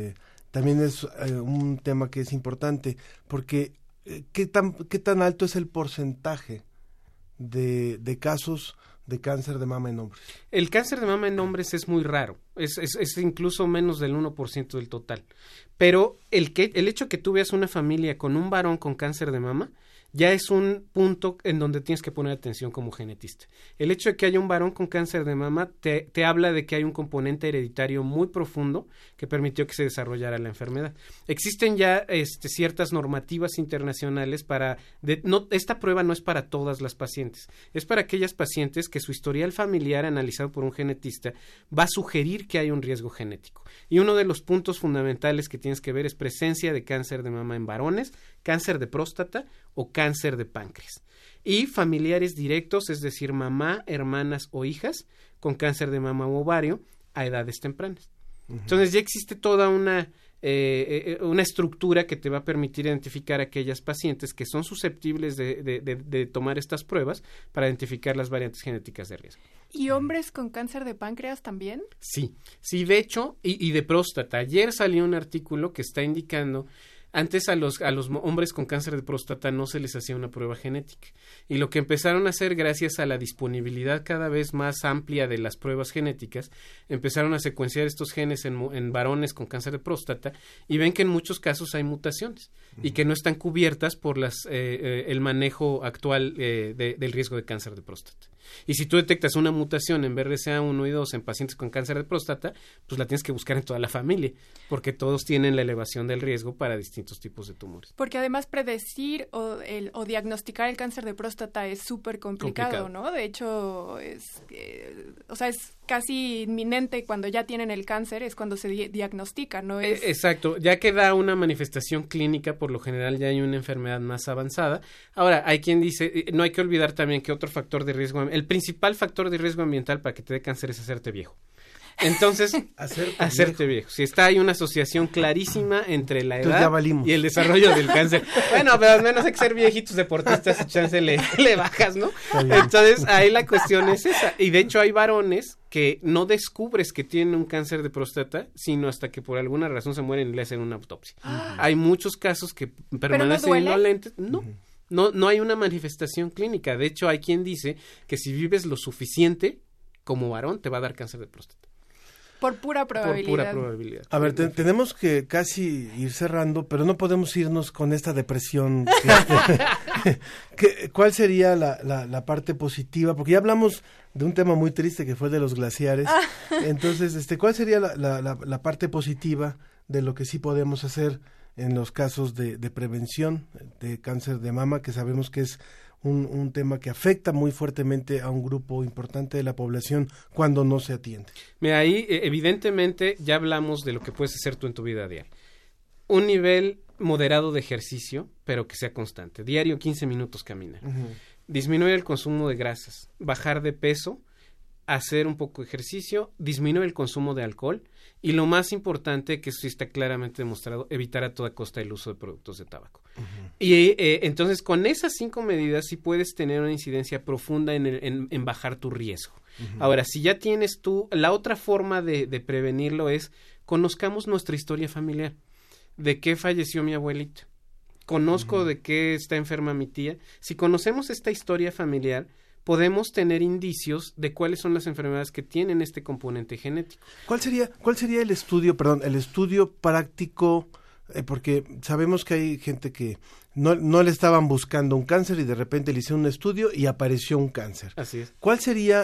S8: un tema que es importante porque ¿qué tan alto es el porcentaje de casos de cáncer de mama en hombres?
S22: El cáncer de mama en hombres es muy raro, es incluso menos del 1% del total, pero el hecho que tú veas una familia con un varón con cáncer de mama ya es un punto en donde tienes que poner atención como genetista. El hecho de que haya un varón con cáncer de mama te habla de que hay un componente hereditario muy profundo que permitió que se desarrollara la enfermedad. Existen ya ciertas normativas internacionales esta prueba no es para todas las pacientes, es para aquellas pacientes que su historial familiar analizado por un genetista va a sugerir que hay un riesgo genético. Y uno de los puntos fundamentales que tienes que ver es presencia de cáncer de mama en varones, cáncer de próstata o cáncer de páncreas. Y familiares directos, es decir, mamá, hermanas o hijas con cáncer de mama u ovario a edades tempranas. Uh-huh. Entonces ya existe toda una estructura que te va a permitir identificar a aquellas pacientes que son susceptibles de tomar estas pruebas para identificar las variantes genéticas de riesgo.
S3: ¿Y hombres con cáncer de páncreas también?
S22: Sí, de hecho, y de próstata. Ayer salió un artículo que está indicando, antes a los hombres con cáncer de próstata no se les hacía una prueba genética. Y lo que empezaron a hacer, gracias a la disponibilidad cada vez más amplia de las pruebas genéticas, empezaron a secuenciar estos genes en varones con cáncer de próstata y ven que en muchos casos hay mutaciones y que no están cubiertas por el manejo actual del riesgo de cáncer de próstata. Y si tú detectas una mutación en BRCA1 y 2 en pacientes con cáncer de próstata, pues la tienes que buscar en toda la familia, porque todos tienen la elevación del riesgo para distintos tipos de tumores.
S3: Porque además predecir o diagnosticar el cáncer de próstata es súper complicado, ¿no? De hecho, es casi inminente cuando ya tienen el cáncer, es cuando se diagnostica, ¿no?
S22: Exacto, ya que da una manifestación clínica, por lo general ya hay una enfermedad más avanzada. Ahora, hay quien dice, no hay que olvidar también que otro factor de riesgo, el principal factor de riesgo ambiental para que te dé cáncer es hacerte viejo. Entonces, hacerte viejo. Si hay una asociación clarísima entre la edad y el desarrollo del cáncer. Bueno, pero al menos hay que ser viejitos deportistas y chance le bajas, ¿no? Entonces, ahí la cuestión es esa. Y de hecho hay varones que no descubres que tienen un cáncer de próstata, sino hasta que por alguna razón se mueren y le hacen una autopsia. Hay muchos casos que permanecen indolentes. No hay una manifestación clínica. De hecho, hay quien dice que si vives lo suficiente como varón, te va a dar cáncer de próstata.
S3: Por pura probabilidad.
S8: A ver, tenemos que casi ir cerrando, pero no podemos irnos con esta depresión. ¿Cuál sería la parte positiva? Porque ya hablamos de un tema muy triste que fue de los glaciares. Entonces, ¿cuál sería la parte positiva de lo que sí podemos hacer en los casos de prevención de cáncer de mama, que sabemos que es un tema que afecta muy fuertemente a un grupo importante de la población cuando no se atiende?
S22: Mira, ahí evidentemente ya hablamos de lo que puedes hacer tú en tu vida diaria. Un nivel moderado de ejercicio, pero que sea constante. Diario 15 minutos caminar. Uh-huh. Disminuir el consumo de grasas, bajar de peso, hacer un poco de ejercicio, disminuir el consumo de alcohol y lo más importante, que eso sí está claramente demostrado, evitar a toda costa el uso de productos de tabaco. Uh-huh. Y entonces con esas 5 medidas sí puedes tener una incidencia profunda en bajar tu riesgo. Uh-huh. Ahora, si ya tienes tú, la otra forma de prevenirlo es conozcamos nuestra historia familiar. ¿De qué falleció mi abuelita? Conozco uh-huh. de qué está enferma mi tía. Si conocemos esta historia familiar, podemos tener indicios de cuáles son las enfermedades que tienen este componente genético.
S8: ¿Cuál sería el estudio práctico? Porque sabemos que hay gente que no le estaban buscando un cáncer y de repente le hicieron un estudio y apareció un cáncer.
S22: Así es.
S8: ¿Cuál sería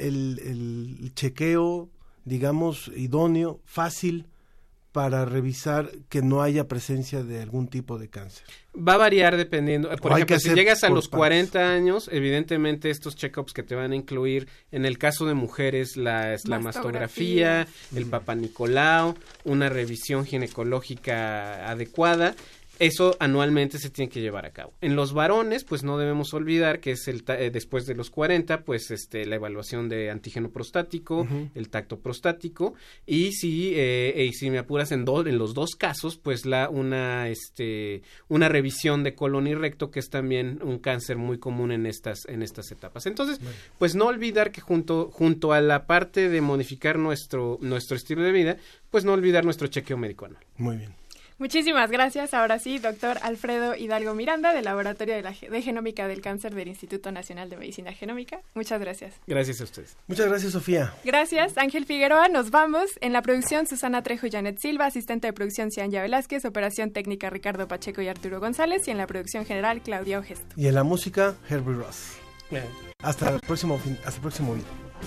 S8: el chequeo, digamos, idóneo, fácil, para revisar que no haya presencia de algún tipo de cáncer?
S22: Va a variar dependiendo. Por ejemplo, si llegas a los 40 años, evidentemente estos check-ups que te van a incluir, en el caso de mujeres, la mastografía, el Papa Nicolau, una revisión ginecológica adecuada. Eso anualmente se tiene que llevar a cabo. En los varones, pues no debemos olvidar que es después de los 40, pues la evaluación de antígeno prostático, uh-huh. el tacto prostático, y si me apuras en los dos casos, pues una revisión de colon y recto, que es también un cáncer muy común en estas etapas. Entonces, pues no olvidar que junto a la parte de modificar nuestro estilo de vida, pues no olvidar nuestro chequeo médico anual.
S8: Muy bien.
S3: Muchísimas gracias. Ahora sí, doctor Alfredo Hidalgo Miranda, del Laboratorio de Genómica del Cáncer del Instituto Nacional de Medicina Genómica. Muchas gracias.
S22: Gracias a ustedes.
S8: Muchas gracias, Sofía.
S3: Gracias, Ángel Figueroa. Nos vamos. En la producción, Susana Trejo y Janet Silva. Asistente de producción, Cianya Velázquez. Operación técnica, Ricardo Pacheco y Arturo González. Y en la producción general, Claudia Ogesto.
S8: Y en la música, Herbie Ross. Hasta el próximo video.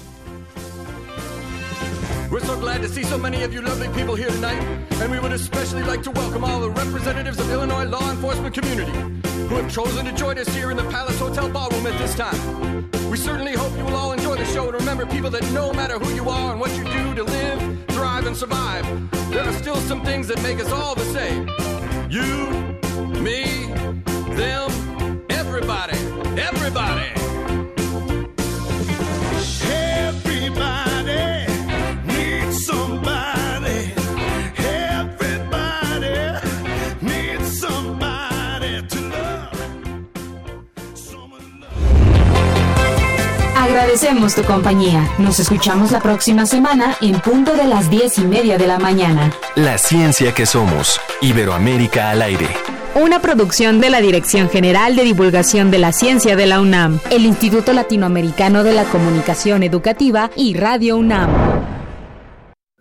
S4: We're so glad to see so many of you lovely people here tonight, and we would especially like to welcome all the representatives of the Illinois law enforcement community who have chosen to join us here in the Palace Hotel Ballroom at this time. We certainly hope you will all enjoy the show, and remember, people, that no matter who you are and what you do to live, thrive, and survive, there are still some things that make us all the same. You, me, them, everybody, everybody.
S7: Everybody needs somebody. Everybody needs somebody to love.
S9: Agradecemos tu compañía. Nos escuchamos la próxima semana en punto de las 10:30 de la mañana.
S6: La ciencia que somos. Iberoamérica al aire.
S23: Una producción de la Dirección General de Divulgación de la Ciencia de la UNAM,
S9: el Instituto Latinoamericano de la Comunicación Educativa y Radio UNAM.